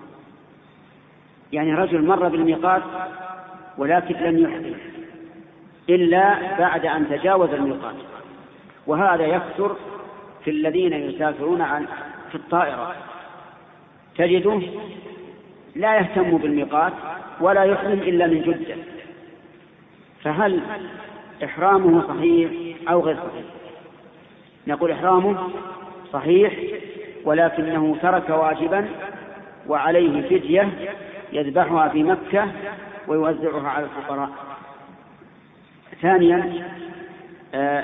يعني رجل مر بالميقات ولكن لم يحرم إلا بعد أن تجاوز الميقات، وهذا يكثر في الذين يسافرون عن في الطائرة، تجده لا يهتم بالميقات ولا يحرم إلا من جدة، فهل إحرامه صحيح أو غير صحيح؟ نقول إحرامه صحيح، ولكنه ترك واجبا وعليه فدية يذبحها في مكة ويوزعها على الفقراء. ثانيا، آه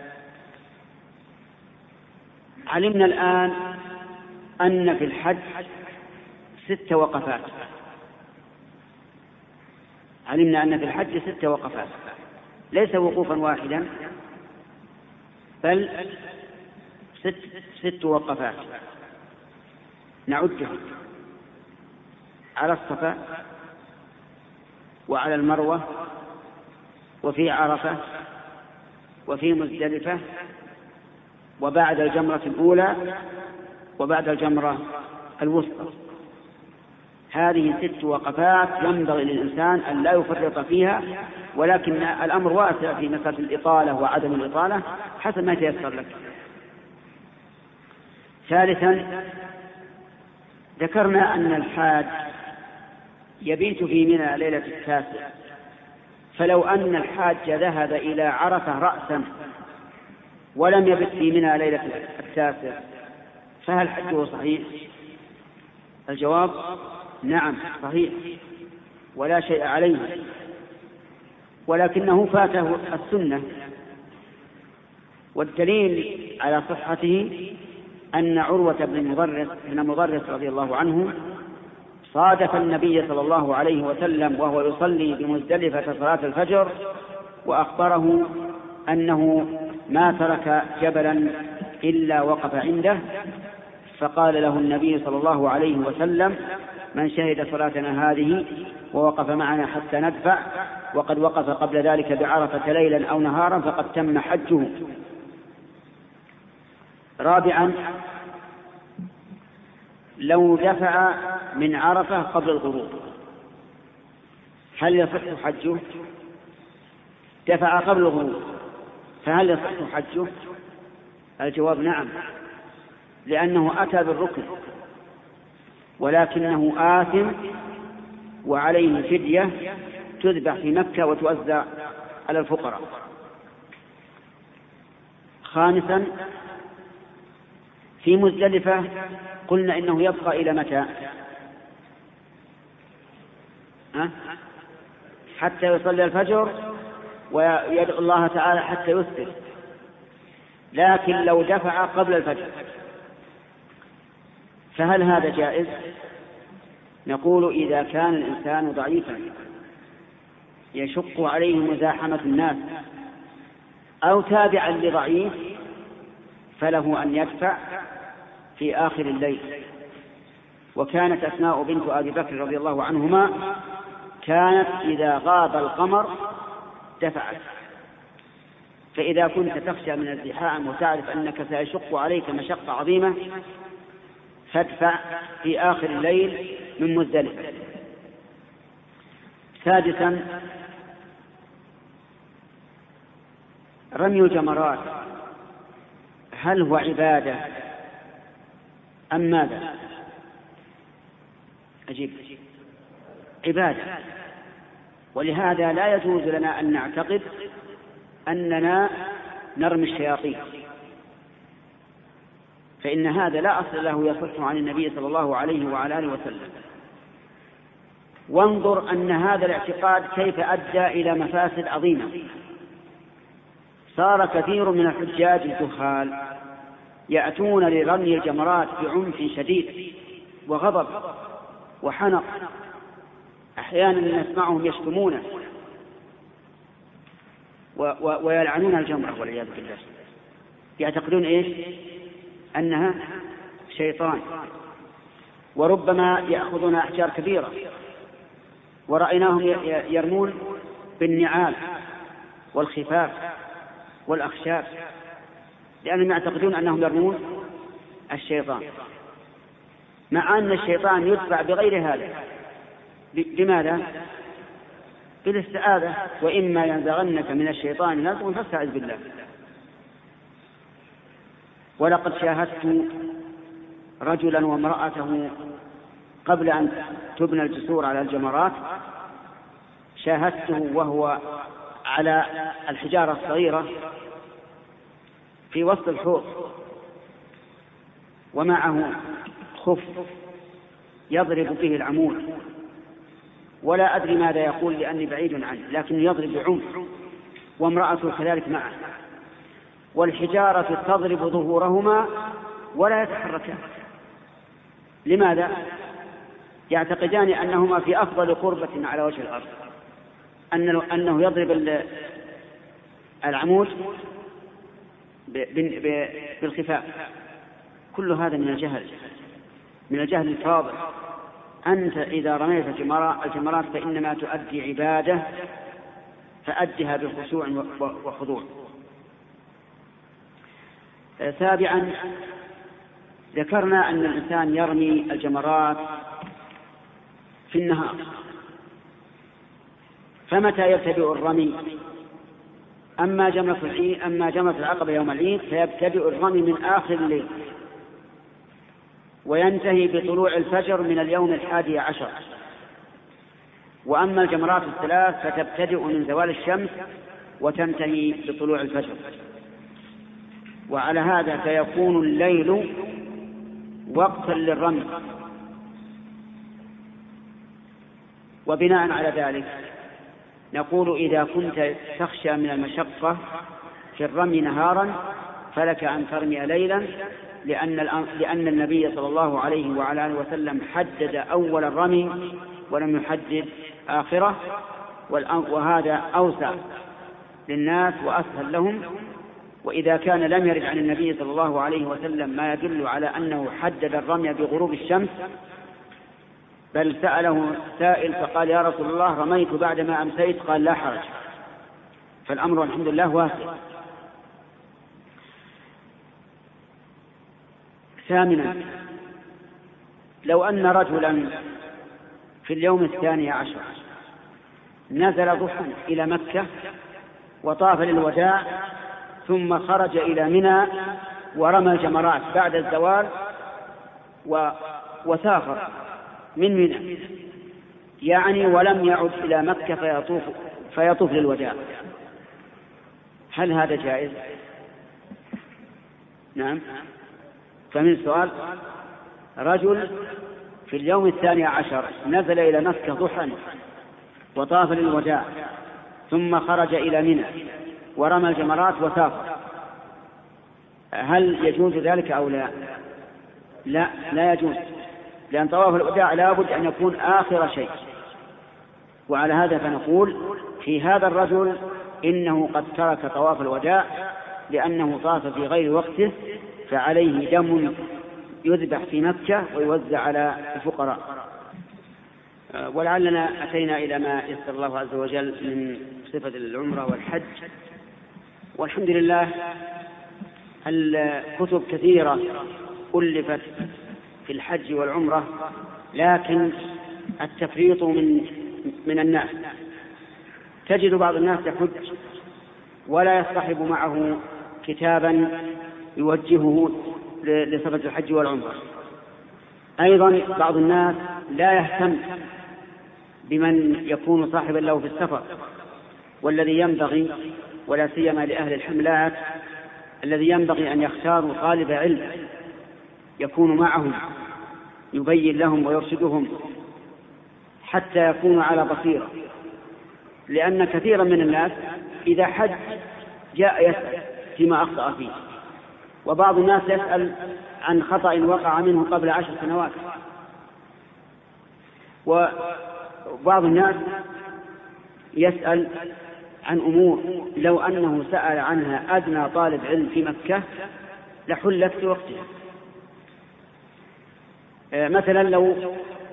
علمنا الآن أن في الحج ست وقفات، علمنا أن في الحج ست وقفات، ليس وقوفا واحدا بل ست, ست وقفات نعدها على الصفا وعلى المروة وفي عرفة وفي مزدلفة وبعد الجمرة الأولى وبعد الجمرة الوسطى. هذه ست وقفات ينبغي للإنسان أن لا يفرط فيها، ولكن الأمر واسع في مسألة الإطالة وعدم الإطالة حسب ما يتيسر لك. ثالثا، ذكرنا أن الحاج يبيت في منى ليلة التاسع، فلو أن الحاج ذهب إلى عرفة رأسا ولم يبت في منى ليلة التاسع فهل حجه صحيح؟ الجواب نعم صحيح ولا شيء عليه، ولكنه فاته السنة. والدليل على صحته أن عروة بن مضرس بن مضرس رضي الله عنه صادف النبي صلى الله عليه وسلم وهو يصلي بمزدلفة صلاة الفجر، وأخبره أنه ما ترك جبلا إلا وقف عنده، فقال له النبي صلى الله عليه وسلم: من شهد صلاتنا هذه ووقف معنا حتى ندفع وقد وقف قبل ذلك بعرفة ليلا أو نهارا فقد تم حجه. رابعا، لو دفع من عرفة قبل الغروب هل يصح حجه؟ دفع قبل الغروب فهل يصح حجه؟ الجواب نعم، لأنه أتى بالركن ولكنه آثم وعليه فدية تذبح في مكة وتوزع على الفقراء. خامسا، في مزدلفة قلنا إنه يبقى إلى متى؟ أه؟ حتى يصلي الفجر ويدعو الله تعالى حتى يسفر، لكن لو دفع قبل الفجر فهل هذا جائز؟ نقول إذا كان الإنسان ضعيفا يشق عليه مزاحمة الناس أو تابعا لضعيف فله أن يدفع في آخر الليل. وكانت أسماء بنت أبي بكر رضي الله عنهما كانت إذا غاب القمر دفعت، فإذا كنت تخشى من الزحام وتعرف أنك سيشق عليك مشقة عظيمة فادفع في آخر الليل من مزدلفة. سادسا، رمي الجمرات هل هو عبادة أم ماذا؟ أجيب عبادة، ولهذا لا يجوز لنا أن نعتقد أننا نرمي الشياطين، فإن هذا لا أصل له يصح عن النبي صلى الله عليه وعلى آله وسلم. وانظر أن هذا الاعتقاد كيف أدى إلى مفاسد عظيمة. صار كثير من الحجاج الجهال يأتون لرمي الجمرات بعنف شديد وغضب وحنق، أحيانا نسمعهم يشتمونه، ويلعنون الجمرة والعياذ بالله، يعتقدون إيش؟ أنها شيطان. وربما يأخذون أحجار كبيرة، ورأيناهم يرمون بالنعال والخفاف والأخشاب، لأنهم يعتقدون أنهم يرمون الشيطان، مع أن الشيطان يدفع بغير هذا. لماذا؟ بالاستعاذة، وإما ينزغنك من الشيطان نزغ فاستعذ بالله. ولقد شاهدت رجلا وامرأته قبل أن تبنى الجسور على الجمرات، شاهدته وهو على الحجارة الصغيرة في وسط الحوض، ومعه خف يضرب به العمود، ولا أدري ماذا يقول لأني بعيد عنه، لكن يضرب بعنف، وامرأته كذلك معه، والحجارة تضرب ظهورهما ولا يتحركان. لماذا؟ يعتقدان أنهما في أفضل قربة على وجه الأرض، أنه يضرب العمود بالخفاف. كل هذا من الجهل، من الجهل الفاضح. أنت إذا رميت الجمرات فإنما تؤدي عبادة، فأدها بخشوع وخضوع. سابعا، ذكرنا أن الإنسان يرمي الجمرات في النهار، فمتى يبتدئ الرمي؟ أما جمرة العيد أما جمرة العقبة يوم العيد فيبتدئ الرمي من آخر الليل، وينتهي بطلوع الفجر من اليوم الحادي عشر. وأما الجمرات الثلاث فتبتدئ من زوال الشمس وتنتهي بطلوع الفجر. وعلى هذا فيكون الليل وقتا للرمي. وبناء على ذلك نقول إذا كنت تخشى من المشقة في الرمي نهارا فلك أن ترمي ليلا، لأن, لأن النبي صلى الله عليه وعلى آله وسلم حدد أول الرمي ولم يحدد آخره، وهذا أوسع للناس وأسهل لهم. وإذا كان لم يرد عن النبي صلى الله عليه وسلم ما يدل على أنه حدد الرمي بغروب الشمس، بل سأله سائل فقال يا رسول الله رميت بعدما أمسيت، قال لا حرج. فالأمر الحمد لله واسع. ثامنا، لو أن رجلا في اليوم الثاني عشر نزل ضحى إلى مكة وطاف للوداع، ثم خرج إلى منى ورمى الجمرات بعد الزوال و... وسافر من منى، يعني ولم يعد إلى مكة فيطوف, فيطوف للوداع، هل هذا جائز؟ نعم. فمن السؤال، رجل في اليوم الثاني عشر نزل إلى مكة ضحى وطاف للوداع، ثم خرج إلى منى ورمى الجمرات وسافر، هل يجوز ذلك أو لا؟ لا، لا يجوز، لأن طواف الوداع لا بد أن يكون آخر شيء. وعلى هذا فنقول في هذا الرجل إنه قد ترك طواف الوداع لأنه طاف في غير وقته، فعليه دم يذبح في مكة ويوزع على الفقراء. ولعلنا أتينا إلى ما يسر الله عز وجل من صفة العمرة والحج، والحمد لله الكتب كثيرة ألفت في الحج والعمرة، لكن التفريط من من الناس. تجد بعض الناس يحج ولا يصطحب معه كتابا يوجهه لصفة الحج والعمرة. أيضا بعض الناس لا يهتم بمن يكون صاحبا له في السفر، والذي ينبغي ولا سيما لأهل الحملات الذي ينبغي أن يختاروا طالب علم يكون معهم يبين لهم ويرشدهم حتى يكونوا على بصيرة، لأن كثيرا من الناس إذا حج جاء يسأل فيما أخطأ فيه، وبعض الناس يسأل عن خطأ وقع منه قبل عشر سنوات، وبعض الناس يسأل عن أمور لو أنه سأل عنها أدنى طالب علم في مكة لحلت في وقتها. مثلا لو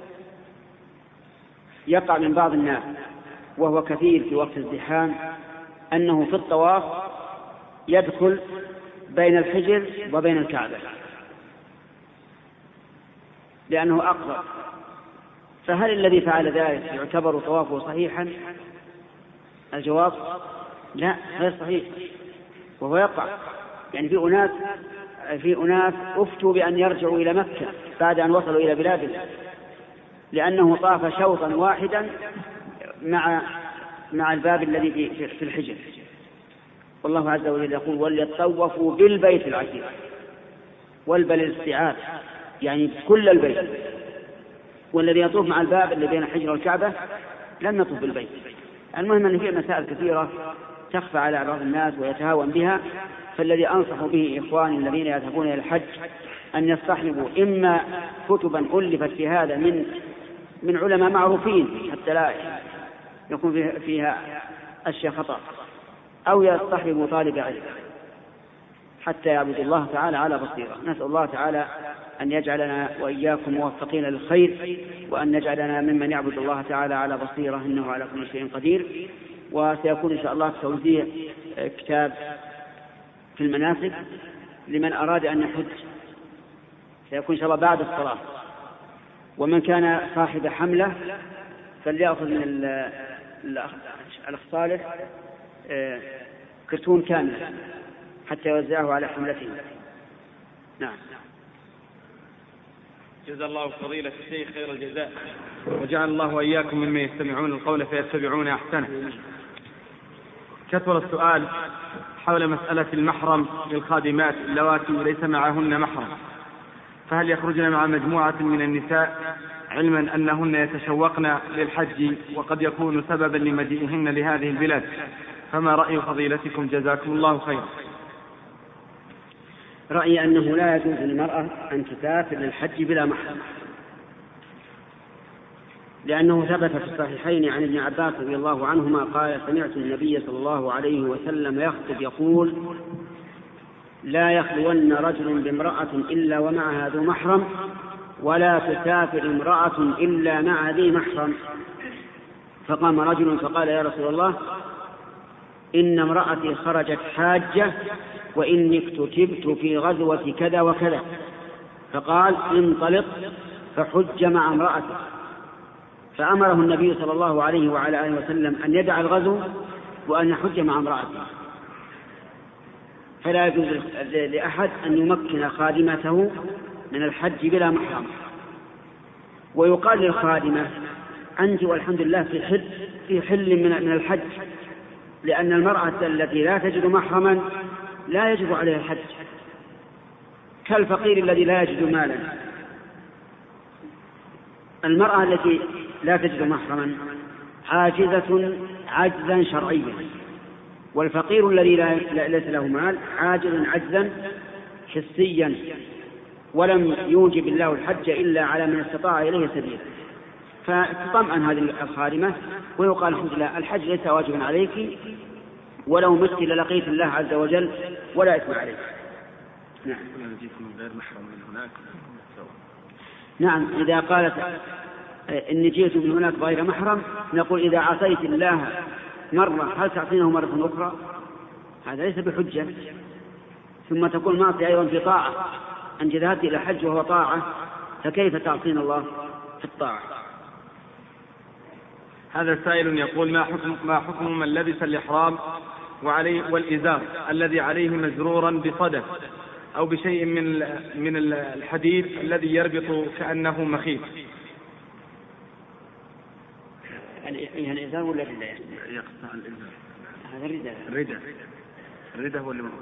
يقع من بعض الناس وهو كثير في وقت الزحام أنه في الطواف يدخل بين الحجر وبين الكعبة لأنه أقرب، فهل الذي فعل ذلك يعتبر طوافه صحيحا؟ الجواب لا، غير صحيح، وهو يقع. يعني في أناس في أناس أفتوا بأن يرجعوا إلى مكة بعد أن وصلوا إلى بلادهم لأنه طاف شوطا واحدا مع مع الباب الذي في الحجر. والله عز وجل يقول وليطوفوا بالبيت العتيق، والبل الاستيعاب يعني كل البيت، والذي يطوف مع الباب اللي بين الحجر والكعبة لم يطوف بالبيت. المهم أن فيه مسائل كثيرة تخفى على بعض الناس ويتهاون بها، فالذي أنصح به إخواني الذين يذهبون إلى الحج أن يصطحبوا إما كتبا ألفت في هذا من من علماء معروفين حتى لا يكون فيها أشياء خطأ، أو يصطحبوا طالب علم حتى يعبد الله تعالى على بصيرة. نسأل الله تعالى أن يجعلنا وإياكم موفقين للخير، وأن نجعلنا ممن يعبد الله تعالى على بصيرة، إنه على كل شيء قدير. وسيكون إن شاء الله توزيع كتاب في المناسك لمن أراد أن يحج، سيكون إن شاء الله بعد الصلاة، ومن كان صاحب حملة فليأخذ من الأخ صالح كرتون كامل حتى يوزعه على حملته. نعم. جزا الله فضيلة الشيخ خير الجزاء، وجعل الله وإياكم ممن يستمعون القول فيتبعون أحسنه. كثر السؤال حول مسألة المحرم للخادمات اللواتي ليس معهن محرم، فهل يخرجن مع مجموعة من النساء علما أنهن يتشوقن للحج وقد يكون سببا لمجيئهن لهذه البلاد؟ فما رأي فضيلتكم جزاكم الله خيرا؟ رأيي أنه لا يجوز للمرأة أن تسافر للحج بلا محرم، لأنه ثبت في الصحيحين عن ابن عباس رضي الله عنهما قال سمعت النبي صلى الله عليه وسلم يخطب يقول لا يخلون رجل بامرأة إلا ومعها ذو محرم، ولا تسافر امرأة إلا مع ذي محرم. فقام رجل فقال يا رسول الله إن امرأتي خرجت حاجة وإني اكتتبت في غزوة كذا وكذا، فقال انطلق فحج مع امرأتك. فأمره النبي صلى الله عليه وعلى آله وسلم أن يدع الغزو وأن يحج مع امرأته. فلا يجوز لأحد أن يمكن خادمته من الحج بلا محرم. ويقال للخادمة أنت والحمد لله في حل, في حل من الحج، لأن المرأة التي لا تجد محرما لا يجب عليها الحج، كالفقير الذي لا يجد مالا. المرأة التي لا تجد محرما عاجزة عجزا شرعيا، والفقير الذي ليس له مال عاجز عجزا حسيا، ولم يوجب الله الحج إلا على من استطاع إليه سبيلا. فتطمئن هذه الخادمة ويقال الحمد لله الحج ليس واجبا عليك، ولو مت للقيت الله عز وجل ولا إثم عليك. نعم. نعم، إذا قالت إني جئت من هناك غير محرم نقول إذا عصيت الله مرة هل تعصينه مرة أخرى؟ هذا ليس بحجة. ثم تكون معصية أيضا في طاعة، أنت ذهبت إلى حج وهو طاعة، فكيف تعصين الله في الطاعة؟ هذا سائل يقول ما حكم, ما حكم من لبس الإحرام وعليه والإزار الذي عليه مزرورا بصدف أو بشيء من من الحديد الذي يربط كأنه مخيط؟ يعني الإزار ولا الرداء؟ يقطع الإزار. هذا الرداء. الرداء الرداء هو اللي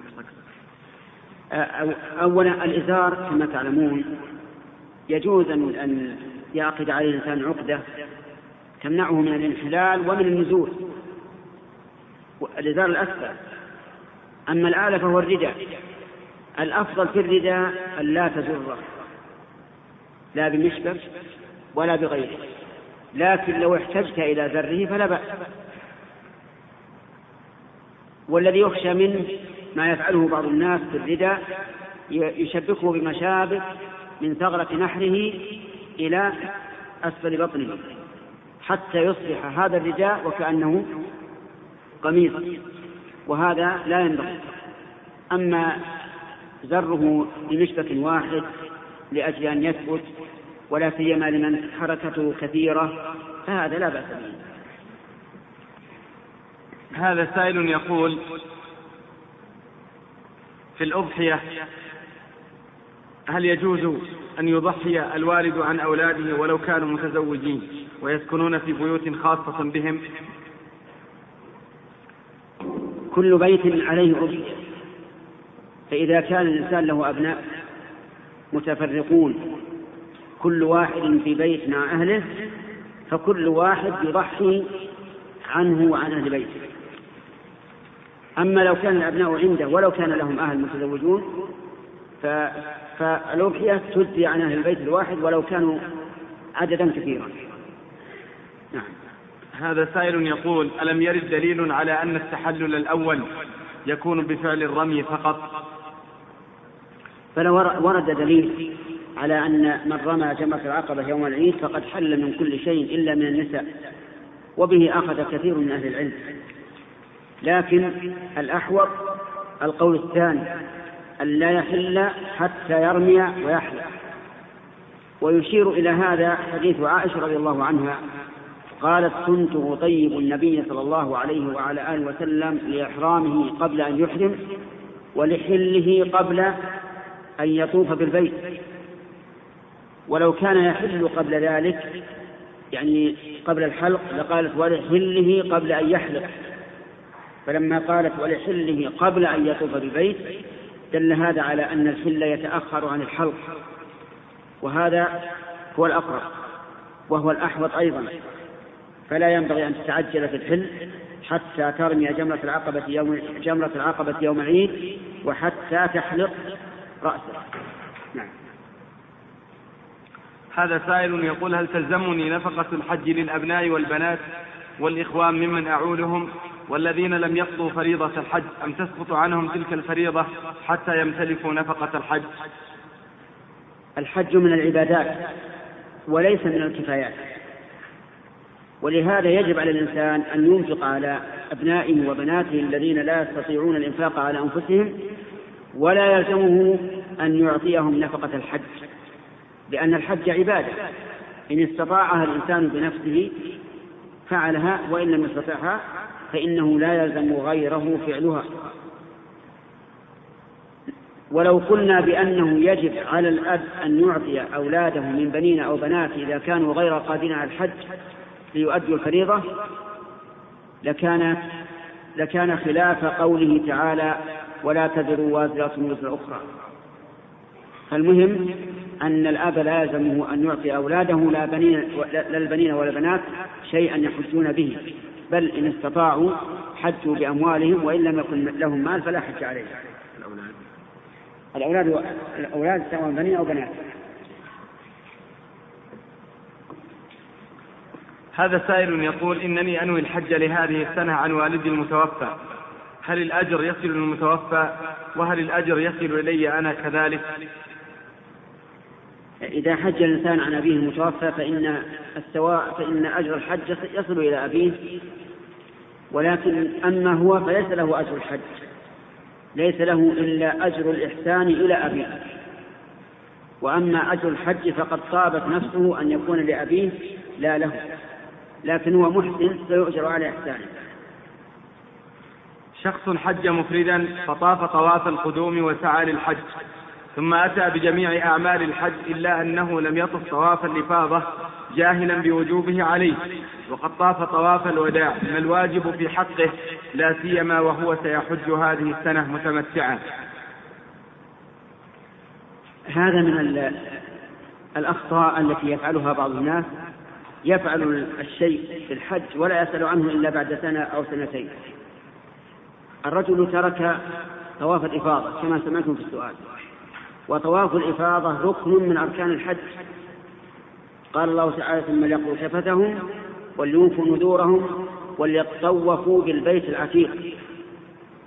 أولا الإزار كما تعلمون يجوز أن يعقد عليه الإنسان عقدة تمنعه من الانحلال ومن النزول، الإزار الأسفل. أما الآلة فهو الرداء. الأفضل في الرداء أن لا تزره لا بمشبك ولا بغيره، لكن لو احتجت إلى زره فلا بأس. والذي يخشى منه ما يفعله بعض الناس في الرداء، يشبكه بمشابك من ثغرة نحره إلى أسفل بطنه حتى يصبح هذا الرداء وكأنه قميص، وهذا لا ينبغي. أما زره بمشبك واحد لأجل أن يثبت، ولا سيما لمن حركته كثيرة، فهذا لا بأس به. هذا سائل يقول: في الأضحية هل يجوز أن يضحي الوالد عن أولاده ولو كانوا متزوجين ويسكنون في بيوت خاصة بهم؟ كل بيت عليه أضحية، فإذا كان الإنسان له أبناء متفرقون كل واحد في بيت مع أهله، فكل واحد يضحي عنه وعن أهل بيته. أما لو كان الأبناء عنده ولو كان لهم أهل متزوجون فالأضحية تجزي عن أهل البيت الواحد ولو كانوا عددا كثيرا. نعم. هذا سائل يقول: ألم يرد دليل على أن التحلل الأول يكون بفعل الرمي فقط؟ فلو ورد دليل على أن من رمى جمرة العقبة يوم العيد فقد حل من كل شيء إلا من النساء، وبه أخذ كثير من أهل العلم، لكن الأحوط القول الثاني أن لا يحل حتى يرمي ويحلق. ويشير إلى هذا حديث عائشة رضي الله عنها قالت: كنت أطيب النبي صلى الله عليه وعلى آله وسلم لإحرامه قبل أن يحرم ولحله قبل أن يطوف بالبيت، ولو كان يحل قبل ذلك يعني قبل الحلق لقالت ولحله قبل أن يحلق، فلما قالت ولحله قبل أن يطوف بالبيت دل هذا على أن الحل يتأخر عن الحلق، وهذا هو الأقرب وهو الأحوط أيضا. فلا ينبغي أن تتعجل في الحل حتى ترمي جمرة العقبة يوم جمرة العقبة يوم العيد وحتى تحلق رأسه. نعم. هذا سائل يقول: هل تلزمني نفقة الحج للأبناء والبنات والإخوان ممن أعولهم والذين لم يقضوا فريضة الحج، أم تسقط عنهم تلك الفريضة حتى يمتلكوا نفقة الحج؟ الحج من العبادات وليس من الكفايات، ولهذا يجب على الإنسان أن ينفق على أبنائه وبناته الذين لا يستطيعون الإنفاق على أنفسهم، ولا يلزمه أن يعطيهم نفقة الحج، لأن الحج عبادة، إن استطاعها الإنسان بنفسه فعلها، وإن لم يستطعها فإنه لا يلزم غيره فعلها. ولو قلنا بأنه يجب على الأب أن يعطي أولاده من بنين أو بنات إذا كانوا غير قادرين على الحج ليؤدوا الفريضة لكان لكان خلاف قوله تعالى: ولا تزر وازرة وزر أخرى. فالمهم أن الأب لا يلزمه أن يعطي أولاده لا البنين ولا البنات شيئا يحجون به، بل إن استطاعوا حجوا بأموالهم، وإن لم يكن لهم مال فلا حج عليهم. الأولاد الأولاد سواء بنين أو بنات. هذا سائل يقول: إنني أنوي الحج لهذه السنة عن والدي المتوفى، هل الأجر يصل للمتوفى وهل الأجر يصل إلي أنا كذلك؟ إذا حج الإنسان عن أبيه المتوفى فإن السواء فإن أجر الحج يصل إلى أبيه، ولكن أما هو فليس له أجر الحج، ليس له إلا أجر الإحسان إلى أبيه. وأما أجر الحج فقد طابت نفسه أن يكون لأبيه لا له، لكن هو محسن فيؤجر على إحسانه. شخص حج مفردا فطاف طواف القدوم وسعى للحج، ثم أتى بجميع أعمال الحج إلا أنه لم يطف طواف الإفاضة جاهلا بوجوبه عليه، وقد طاف طواف الوداع، ما الواجب في حقه لا سيما وهو سيحج هذه السنة متمتعا؟ هذا من الأخطاء التي يفعلها بعض الناس، يفعل الشيء في الحج ولا يسأل عنه إلا بعد سنة أو سنتين. الرجل ترك طواف الإفاضة كما سمعتم في السؤال، وطواف الإفاضة ركن من أركان الحج. قال الله تعالى: ثم ليقضوا تفتهم وليوفوا نذورهم وليطوفوا بالبيت العتيق.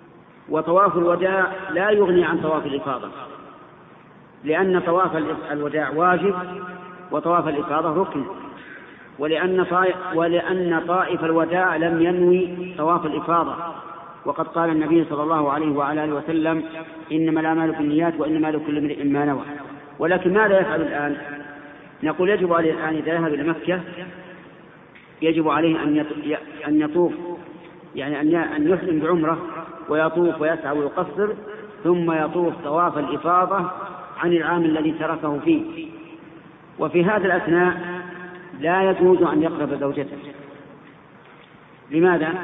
وطواف الوداع لا يغني عن طواف الإفاضة، لأن طواف الوداع واجب وطواف الإفاضة ركن، ولأن طائف, ولأن طائف الوداع لم ينوي طواف الإفاضة، وقد قال النبي صلى الله عليه وعلى آله وسلم إنما الأعمال بالنيات وإنما لكل امرئ ما نوى. ولكن ماذا يفعل الآن؟ نقول يجب عليه الآن إذا ذهب إلى مكة يجب عليه أن يطوف، يعني أن يحرم بعمرة ويطوف ويسعى ويقصر، ثم يطوف طواف الإفاضة عن العام الذي تركه فيه. وفي هذا الأثناء لا يجوز أن يقرب زوجته. لماذا؟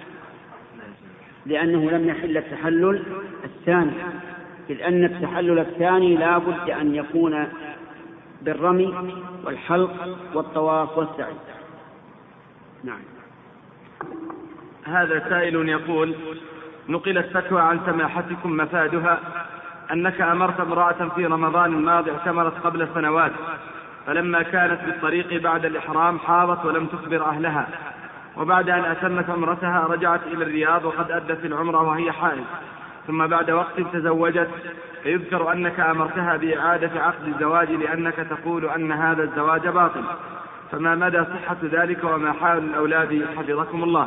لأنه لم يحل التحلل الثاني، إذ أن التحلل الثاني لا بد أن يكون بالرمي والحلق والطواف والسعي. نعم. هذا سائل يقول: نقلت فتوى عن سماحتكم مفادها أنك أمرت امرأة في رمضان الماضي اعتمرت قبل سنوات، فلما كانت بالطريق بعد الإحرام حاضت ولم تخبر أهلها، وبعد أن أتمت عمرتها رجعت إلى الرياض وقد أدت العمرة وهي حائض، ثم بعد وقت تزوجت، فيذكر أنك أمرتها بإعادة عقد الزواج لأنك تقول أن هذا الزواج باطل، فما مدى صحة ذلك وما حال الأولاد حفظكم الله؟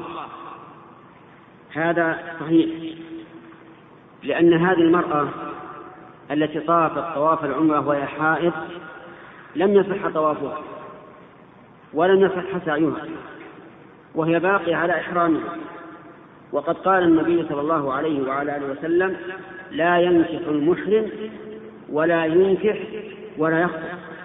هذا صحيح، لأن هذه المرأة التي طافت طواف العمرة وهي حائض لم يصح طوافها ولم يصح سعيها، وهي باقية على إحرامها. وقد قال النبي صلى الله عليه وعلى آله وسلم: لا ينكح المحرم ولا ينكح ولا يخطب.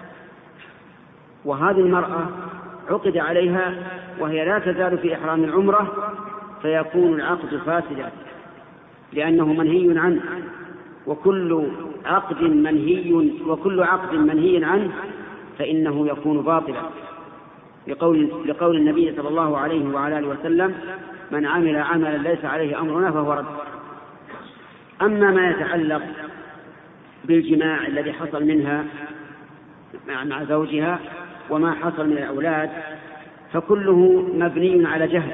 وهذه المرأة عقد عليها وهي لا تزال في إحرام العمرة، فيكون العقد فاسدا لأنه منهي عنه، وكل عقد منهي وكل عقد منهي عنه فإنه يكون باطلا، لقول, لقول النبي صلى الله عليه وعلى آله وسلم: من عمل عملا ليس عليه أمرنا فهو رد. أما ما يتعلق بالجماع الذي حصل منها مع زوجها وما حصل من الأولاد فكله مبني على جهل،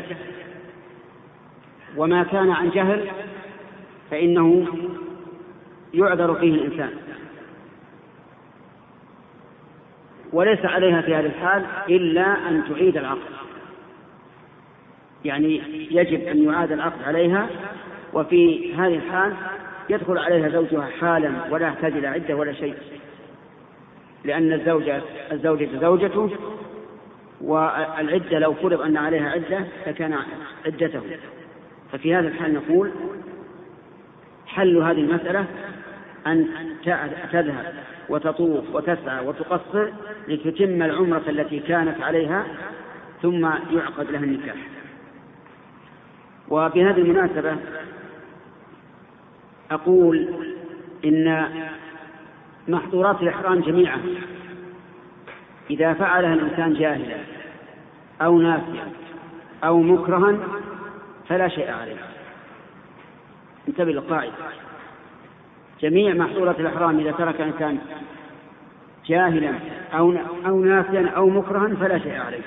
وما كان عن جهل فإنه يعذر فيه الإنسان، وليس عليها في هذه الحال إلا أن تعيد العقد، يعني يجب أن يعاد العقد عليها، وفي هذه الحال يدخل عليها زوجها حالا ولا يحتاج إلى عدة ولا شيء، لأن الزوجة الزوجة زوجته، والعدة لو فرض أن عليها عدة فكان عدته. ففي هذا الحال نقول حل هذه المسألة أن تذهب وتطوف وتسعى وتقصر لتتم العمرة التي كانت عليها ثم يعقد لها النكاح. وبهذه المناسبة أقول إن محظورات الإحرام جميعا إذا فعلها الإنسان جاهلا أو ناسيا أو مكرها فلا شيء عليه. انتبه للقاعدة: جميع محظورات الإحرام إذا ترك الإنسان جاهلا أو أو ناسيا أو مكرها فلا شيء عليه.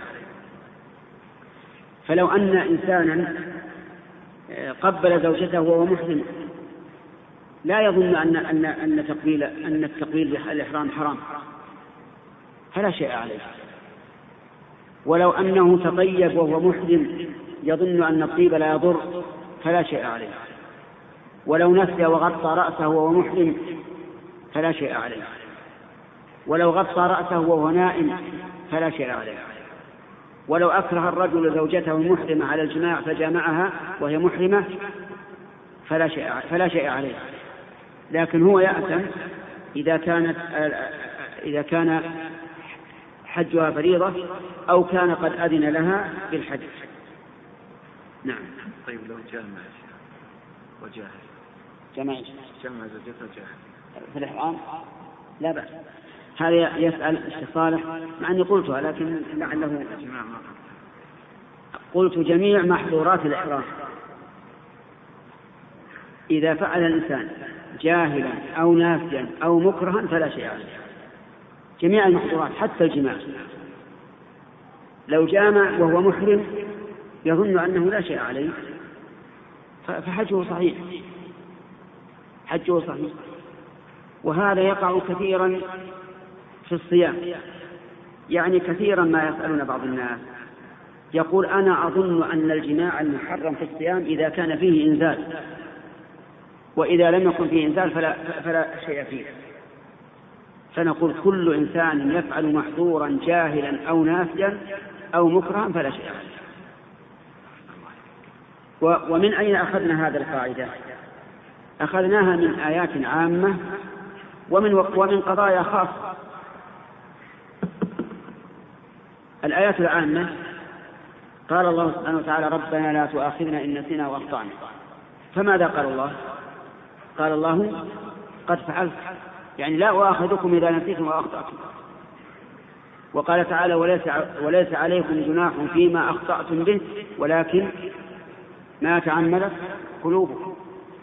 فلو أن إنسانا قبل زوجته وهو محرم لا يظن أن أن أن تقبيل أن التقبيل بالإحرام حرام فلا شيء عليه. ولو أنه تطيب وهو محرم يظن أن الطيب لا يضر فلا شيء عليه. ولو نسي وغطى رأسه وهو محرم فلا شيء عليه. ولو غطى رأسه وهو نائم فلا شيء عليه. ولو أكره الرجل زوجته محرمة على الجماع فجامعها وهي محرمة فلا شيء فلا شيء عليه. لكن هو يأثم إذا كانت إذا كان حجها فريضة أو كان قد أذن لها بالحج. نعم. طيب لو جامع وجاهل جمع جمع زوجته جاهل في الإحرام لا بأس. هذا يسأل الشيخ صالح مع أني قلتها لكن لعله قلت جميع محظورات الإحرام إذا فعل الإنسان جاهلا أو ناسيا أو مكرها فلا شيء عليه. جميع المحظورات حتى الجماع. لو جامع وهو محرم يظن أنه لا شيء عليه فحجه صحيح، حجه صحيح. وهذا يقع كثيرا في الصيام، يعني كثيرا ما يسألون بعض الناس يقول أنا أظن أن الجماع المحرم في الصيام إذا كان فيه إنزال، وإذا لم يكن فيه إنزال فلا, فلا شيء فيه. فنقول كل إنسان يفعل محظورا جاهلا أو ناسيا أو مكرها فلا شيء عليه. ومن أين أخذنا هذا القاعدة؟ أخذناها من آيات عامة ومن, ومن قضايا خاصة. الآيات العامة قال الله سبحانه وتعالى ربنا لا تؤاخذنا إن نسينا وأخطأنا. فماذا قال الله؟ قال الله قد فعلت، يعني لا أؤاخذكم إذا نسيتم وأخطأتم. وقال تعالى وليس, وليس عليكم جناح فيما أخطأتم به ولكن ما تعمدت قلوبكم.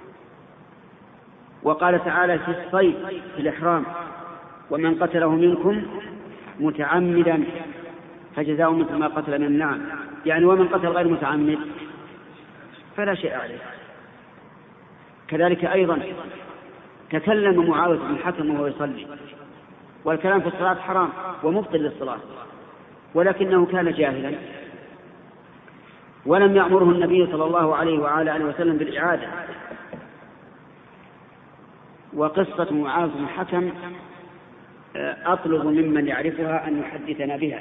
وقال تعالى في الصيد في الإحرام ومن قتله منكم متعمدا فجزاء مثل ما قتل من النعم، يعني ومن قتل غير متعمد فلا شيء عليه. كذلك أيضا تكلم معاوية بن الحكم وهو يصلي، والكلام في الصلاة حرام ومبطل للصلاة، ولكنه كان جاهلا ولم يأمره النبي صلى الله عليه وعلى آله وسلم بالإعادة. وقصة معاوية بن الحكم أطلب ممن يعرفها أن يحدثنا بها.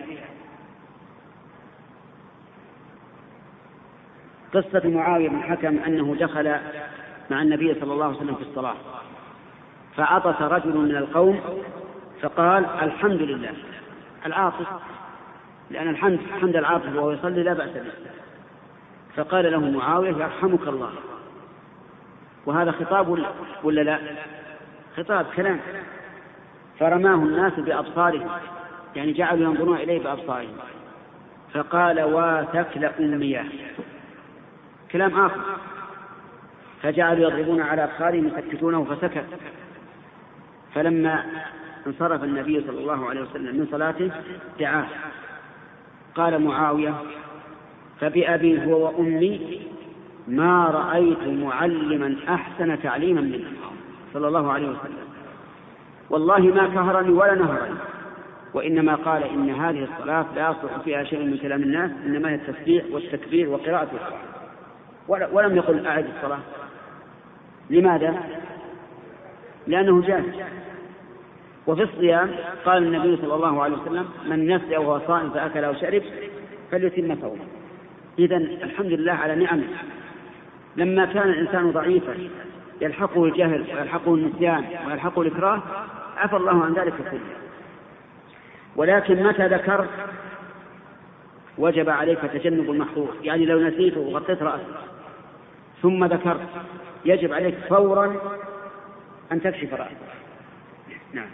قصة معاوية بن الحكم أنه دخل مع النبي صلى الله عليه وسلم في الصلاة، فعطس رجل من القوم فقال الحمد لله. العاطس، لأن الحمد حمد العاطس وهو يصلي لا بأس به. فقال له معاوية يرحمك الله. وهذا خطاب ولا لا؟ خطاب كلام. فرماه الناس بأبصارهم، يعني جعلوا ينظرون إليه بأبصارهم. فقال واتكل أمياه، كلام آخر. فجعلوا يضربون على أبصارهم يسكتونه فسكت. فلما انصرف النبي صلى الله عليه وسلم من صلاته دعاه. قال معاوية فبأبي هو وأمي ما رأيت معلما أحسن تعليما منه صلى الله عليه وسلم، والله ما كهرني ولا نهرني، وإنما قال إن هذه الصلاة لا يصلح فيها شيء من كلام الناس، إنما هي التسبيح والتكبير وقراءة القرآن. ولم يقل أعد الصلاة. لماذا؟ لأنه جاهل. وفي الصيام قال النبي صلى الله عليه وسلم من نسي وهو صائم فأكل أو شرب فليتم صومه. إذن الحمد لله على نعمه. لما كان الإنسان ضعيفا يلحقه الجهل ويلحقه النسيان ويلحقه الإكراه عفى الله عن ذلك كله. ولكن متى ذكر وجب عليك تجنب المحظور، يعني لو نسيته وغطيت رأسك ثم ذكرت يجب عليك فورا أن تكشف رأسك. نعم.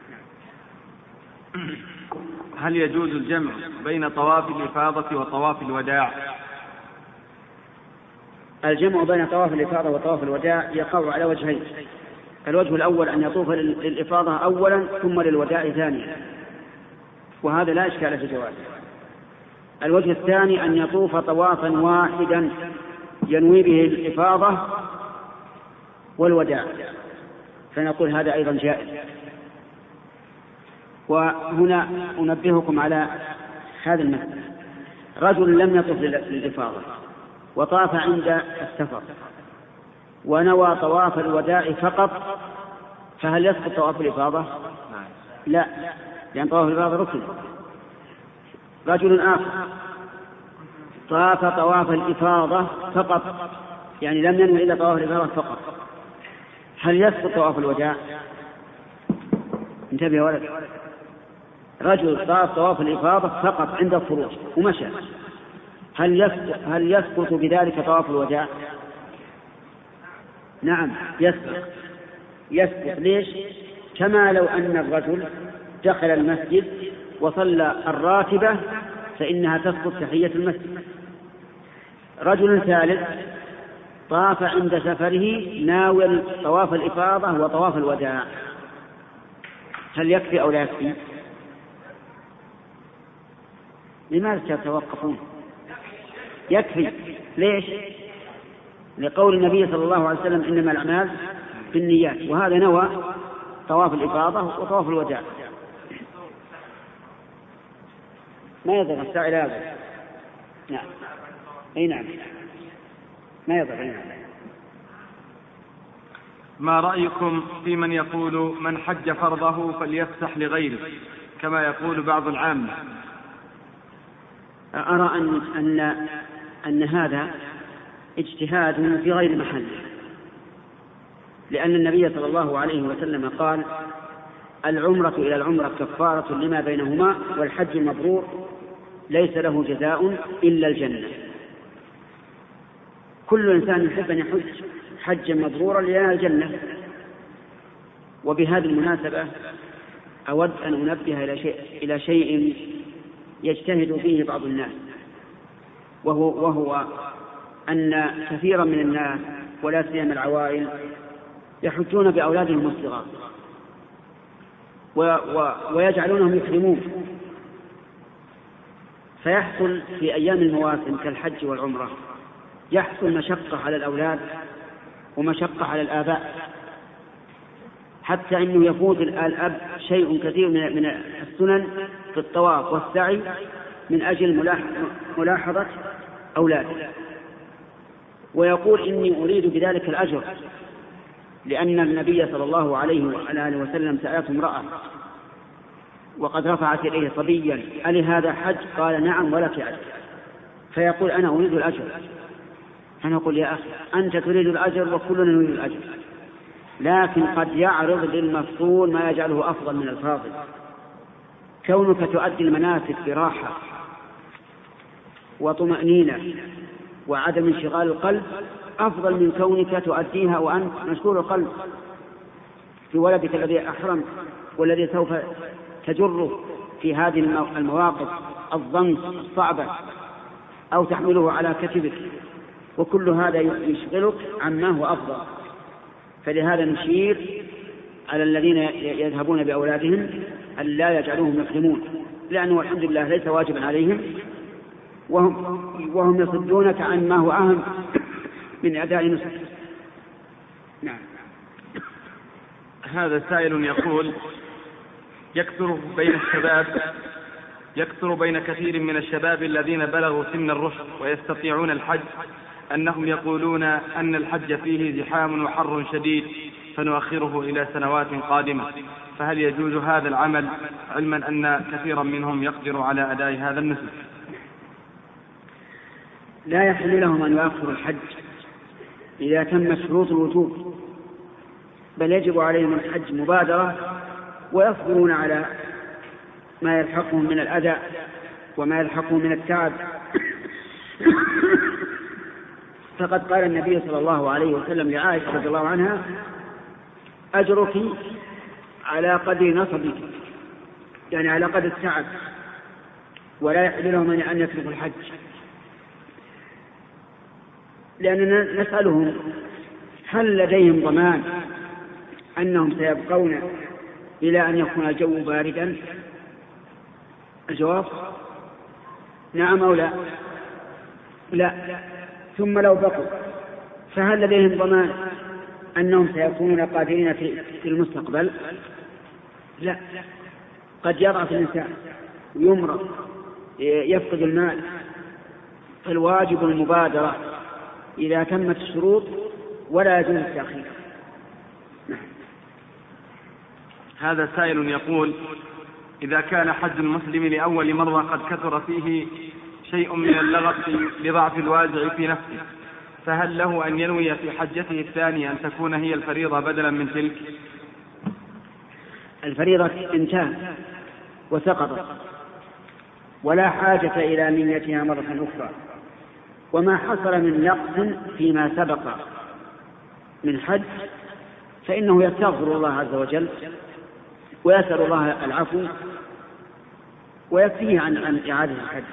هل يجوز الجمع بين طواف الإفاضة وطواف الوداع؟ الجمع بين طواف الإفاضة وطواف الوداع يقع على وجهين. الوجه الأول أن يطوف للإفاضة أولا ثم للوداع ثانيا، وهذا لا إشكال في جوازه. الوجه الثاني أن يطوف طوافا واحدا ينوي به الإفاضة والوداع، فنقول هذا أيضا جائز. وهنا أنبهكم على هذا المثل. رجل لم يطف للإفاضة وطاف عند السفر ونوى طواف الوداع فقط، فهل يسقط طواف الإفاضة؟ لا، لأن طواف الإفاضة ركن. رجل آخر طاف طواف الإفاضة فقط، يعني لم ينوي إلا طواف الإفاضة فقط، هل يسقط طواف الوداع؟ انتبه يا ولد. رجل طاف طواف الإفاضة فقط عند الخروج ومشى، هل يسقط, هل يسقط بذلك طواف الوداع؟ نعم يسقط. يسقط ليش؟ كما لو أن الرجل دخل المسجد وصلى الراتبة فإنها تسقط تحية المسجد. رجل ثالث طاف عند سفره ناوي طواف الإفاضة وطواف الوداع، هل يكفي أو لا يكفي؟ لماذا تتوقفون؟ يكفي. ليش؟ لقول النبي صلى الله عليه وسلم إنما الأعمال بالنيات، وهذا نوى طواف الإفاضة وطواف الوداع. ما يضر السائل هذا. نعم أي نعم ما يضر. أي نعم. ما رأيكم في من يقول من حج فرضه فليفسح لغيره كما يقول بعض العامة؟ أرى أن, أن, أن هذا اجتهاد في غير محله، لأن النبي صلى الله عليه وسلم قال: العمرة إلى العمرة كفارة لما بينهما، والحج المبرور ليس له جزاء إلا الجنة. كل إنسان يحب أن يحج حجا مبرورا لينال الجنة. وبهذه المناسبة أود أن أنبه إلى شيء, إلى شيء يجتهد فيه بعض الناس، وهو, وهو أن كثيرا من الناس ولا سيما العوائل يحجون بأولادهم الصغار ويجعلونهم يحرمون، فيحصل في أيام المواسم كالحج والعمرة يحصل مشقة على الأولاد ومشقة على الآباء، حتى أنه يفوت الأب شيء كثير من السنن في الطواف والسعي من أجل ملاحظة أولاده، ويقول: إني أريد بذلك الأجر، لأن النبي صلى الله عليه وآله وسلم سألته امرأة وقد رفعت إليه صبيا: ألي هذا حج؟ قال: نعم ولك أجر. فيقول: أنا أريد الأجر. أنا أقول: يا أخي أنت تريد الأجر وكلنا نريد الأجر، لكن قد يعرض للمفضول ما يجعله أفضل من الفاضل. كونك تؤدي المناسك براحة وطمأنينة وعدم انشغال القلب أفضل من كونك تؤديها وأنت مشغول القلب في ولدك الذي أحرم والذي سوف تجره في هذه المواقف الضنك الصعبة أو تحمله على كتفك، وكل هذا يشغلك عما هو أفضل. فلهذا نشير على الذين يذهبون بأولادهم أن لا يجعلوهم يحرمون، لأنه الحمد لله ليس واجبا عليهم، وهم, وهم يصدونك عن ما هو أهم من أداء نسك. نعم. هذا سائل يقول: يكثر بين الشباب يكثر بين كثير من الشباب الذين بلغوا سن الرشد ويستطيعون الحج أنهم يقولون أن الحج فيه زحام وحر شديد فنؤخره إلى سنوات قادمة، فهل يجوز هذا العمل علما أن كثيرا منهم يقدر على أداء هذا النسك؟ لا يحل لهم أن يؤخروا الحج إذا تمت شروط الوجوب، بل يجب عليهم الحج مبادرة ويصبرون على ما يلحقهم من الأذى وما يلحقهم من التعب. فقد قال النبي صلى الله عليه وسلم لعائشة رضي الله عنها: أجرك على قدر نصبك، يعني على قدر التعب، ولا يحل لهم أن يتركوا الحج. لأننا نسألهم: هل لديهم ضمان أنهم سيبقون إلى أن يكون الجو باردا؟ الجواب نعم أو لا. لا. ثم لو بقوا فهل لديهم ضمان أنهم سيكونون قادرين في المستقبل؟ لا. قد يضعف الإنسان ويمرض يفقد المال، فالواجب المبادرة إذا تمت الشروط ولا يجوز التأخير. هذا سائل يقول: إذا كان حج المسلم لأول مرة قد كثر فيه شيء من اللغط لضعف الوازع في نفسه، فهل له أن ينوي في حجته الثانية أن تكون هي الفريضة بدلا من تلك؟ الفريضة انتهت وسقطت، ولا حاجة إلى نيتها مرة أخرى. وما حصل من نقص فيما سبق من حج فإنه يستغفر الله عز وجل ويسأل الله العفو ويكفيه عن عن إعادة الحج.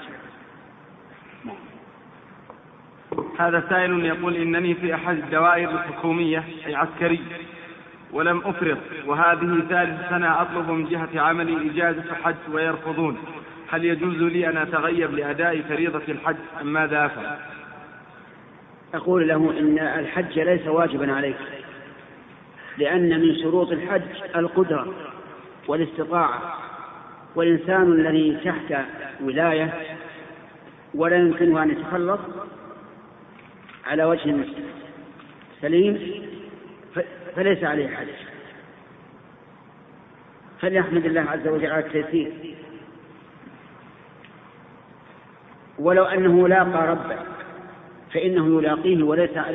هذا سائل يقول: إنني في أحد الدوائر الحكومية أي عسكري ولم أفرط، وهذه ثالث سنة أطلب من جهة عملي إجازة حج ويرفضون، هل يجوز لي أن أتغيب لأداء فريضة الحج أم ماذا أفعل؟ أقول له: إن الحج ليس واجبا عليك، لأن من شروط الحج القدرة والاستطاعة، والإنسان الذي تحت ولاية ولا يمكنه أن يتخلص على وجه سليم فليس عليه حج، فليحمد الله عز وجل على التيسير. ولو أنه لاقى ربه فإنه يلاقيه وليس